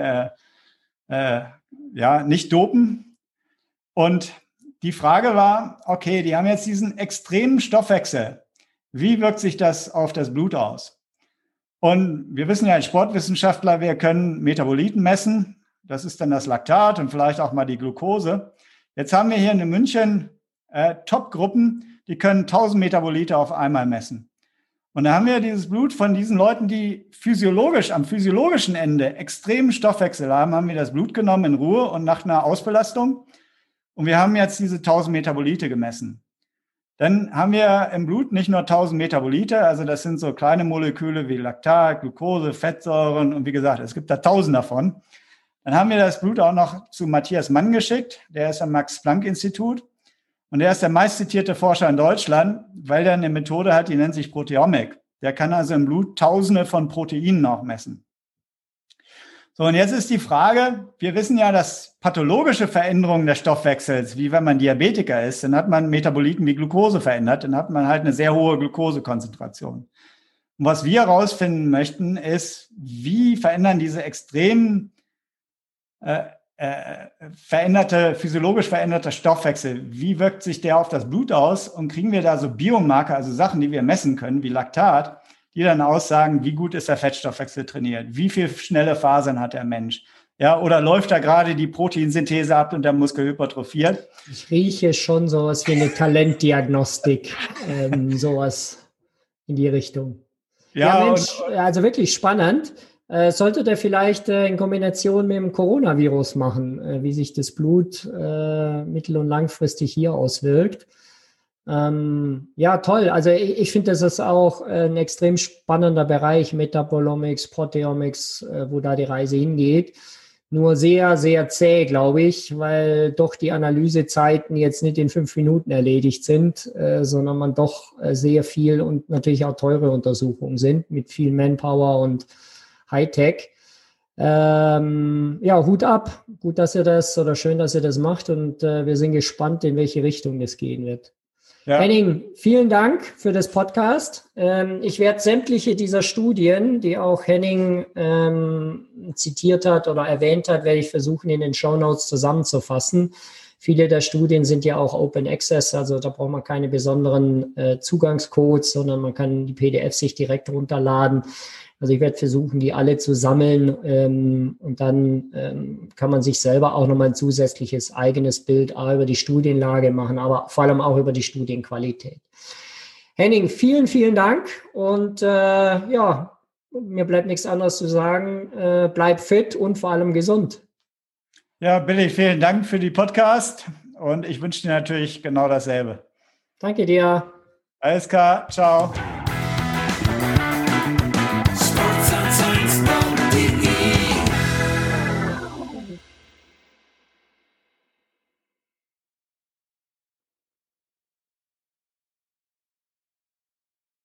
nicht dopen. Und die Frage war, okay, die haben jetzt diesen extremen Stoffwechsel. Wie wirkt sich das auf das Blut aus? Und wir wissen ja als Sportwissenschaftler, wir können Metaboliten messen. Das ist dann das Laktat und vielleicht auch mal die Glucose. Jetzt haben wir hier in München Top-Gruppen, die können 1000 Metabolite auf einmal messen. Und da haben wir dieses Blut von diesen Leuten, die am physiologischen Ende extremen Stoffwechsel haben wir das Blut genommen in Ruhe und nach einer Ausbelastung. Und wir haben jetzt diese 1000 Metabolite gemessen. Dann haben wir im Blut nicht nur 1000 Metabolite, also das sind so kleine Moleküle wie Laktat, Glucose, Fettsäuren und wie gesagt, es gibt da 1000 davon. Dann haben wir das Blut auch noch zu Matthias Mann geschickt, der ist am Max-Planck-Institut und der ist der meistzitierte Forscher in Deutschland, weil der eine Methode hat, die nennt sich Proteomik. Der kann also im Blut Tausende von Proteinen auch messen. So, und jetzt ist die Frage, wir wissen ja, dass pathologische Veränderungen des Stoffwechsels, wie wenn man Diabetiker ist, dann hat man Metaboliten wie Glucose verändert, dann hat man halt eine sehr hohe Glukosekonzentration. Und was wir herausfinden möchten, ist, wie verändern diese extrem physiologisch veränderte Stoffwechsel, wie wirkt sich der auf das Blut aus und kriegen wir da so Biomarker, also Sachen, die wir messen können, wie Laktat, die dann aussagen, wie gut ist der Fettstoffwechsel trainiert, wie viel schnelle Fasern hat der Mensch, ja, oder läuft da gerade die Proteinsynthese ab und der Muskel hypertrophiert. Ich rieche schon sowas wie eine Talentdiagnostik, sowas in die Richtung. Ja, Mensch, also wirklich spannend. Solltet ihr vielleicht in Kombination mit dem Coronavirus machen, wie sich das Blut mittel- und langfristig hier auswirkt. Ja, toll. Also ich finde, das ist auch ein extrem spannender Bereich, Metabolomics, Proteomics, wo da die Reise hingeht. Nur sehr, sehr zäh, glaube ich, weil doch die Analysezeiten jetzt nicht in 5 Minuten erledigt sind, sondern man doch sehr viel und natürlich auch teure Untersuchungen sind mit viel Manpower und Hightech. Ja, Hut ab. Gut, dass ihr das oder schön, dass ihr das macht und wir sind gespannt, in welche Richtung das gehen wird. Ja. Henning, vielen Dank für das Podcast. Ich werde sämtliche dieser Studien, die auch Henning zitiert hat oder erwähnt hat, werde ich versuchen, in den Shownotes zusammenzufassen. Viele der Studien sind ja auch Open Access, also da braucht man keine besonderen Zugangscodes, sondern man kann die PDF sich direkt runterladen. Also ich werde versuchen, die alle zu sammeln und dann kann man sich selber auch nochmal ein zusätzliches eigenes Bild über die Studienlage machen, aber vor allem auch über die Studienqualität. Henning, vielen, vielen Dank und ja, mir bleibt nichts anderes zu sagen. Bleib fit und vor allem gesund. Ja, Billy, vielen Dank für die Podcast und ich wünsche dir natürlich genau dasselbe. Danke dir. Alles klar, ciao.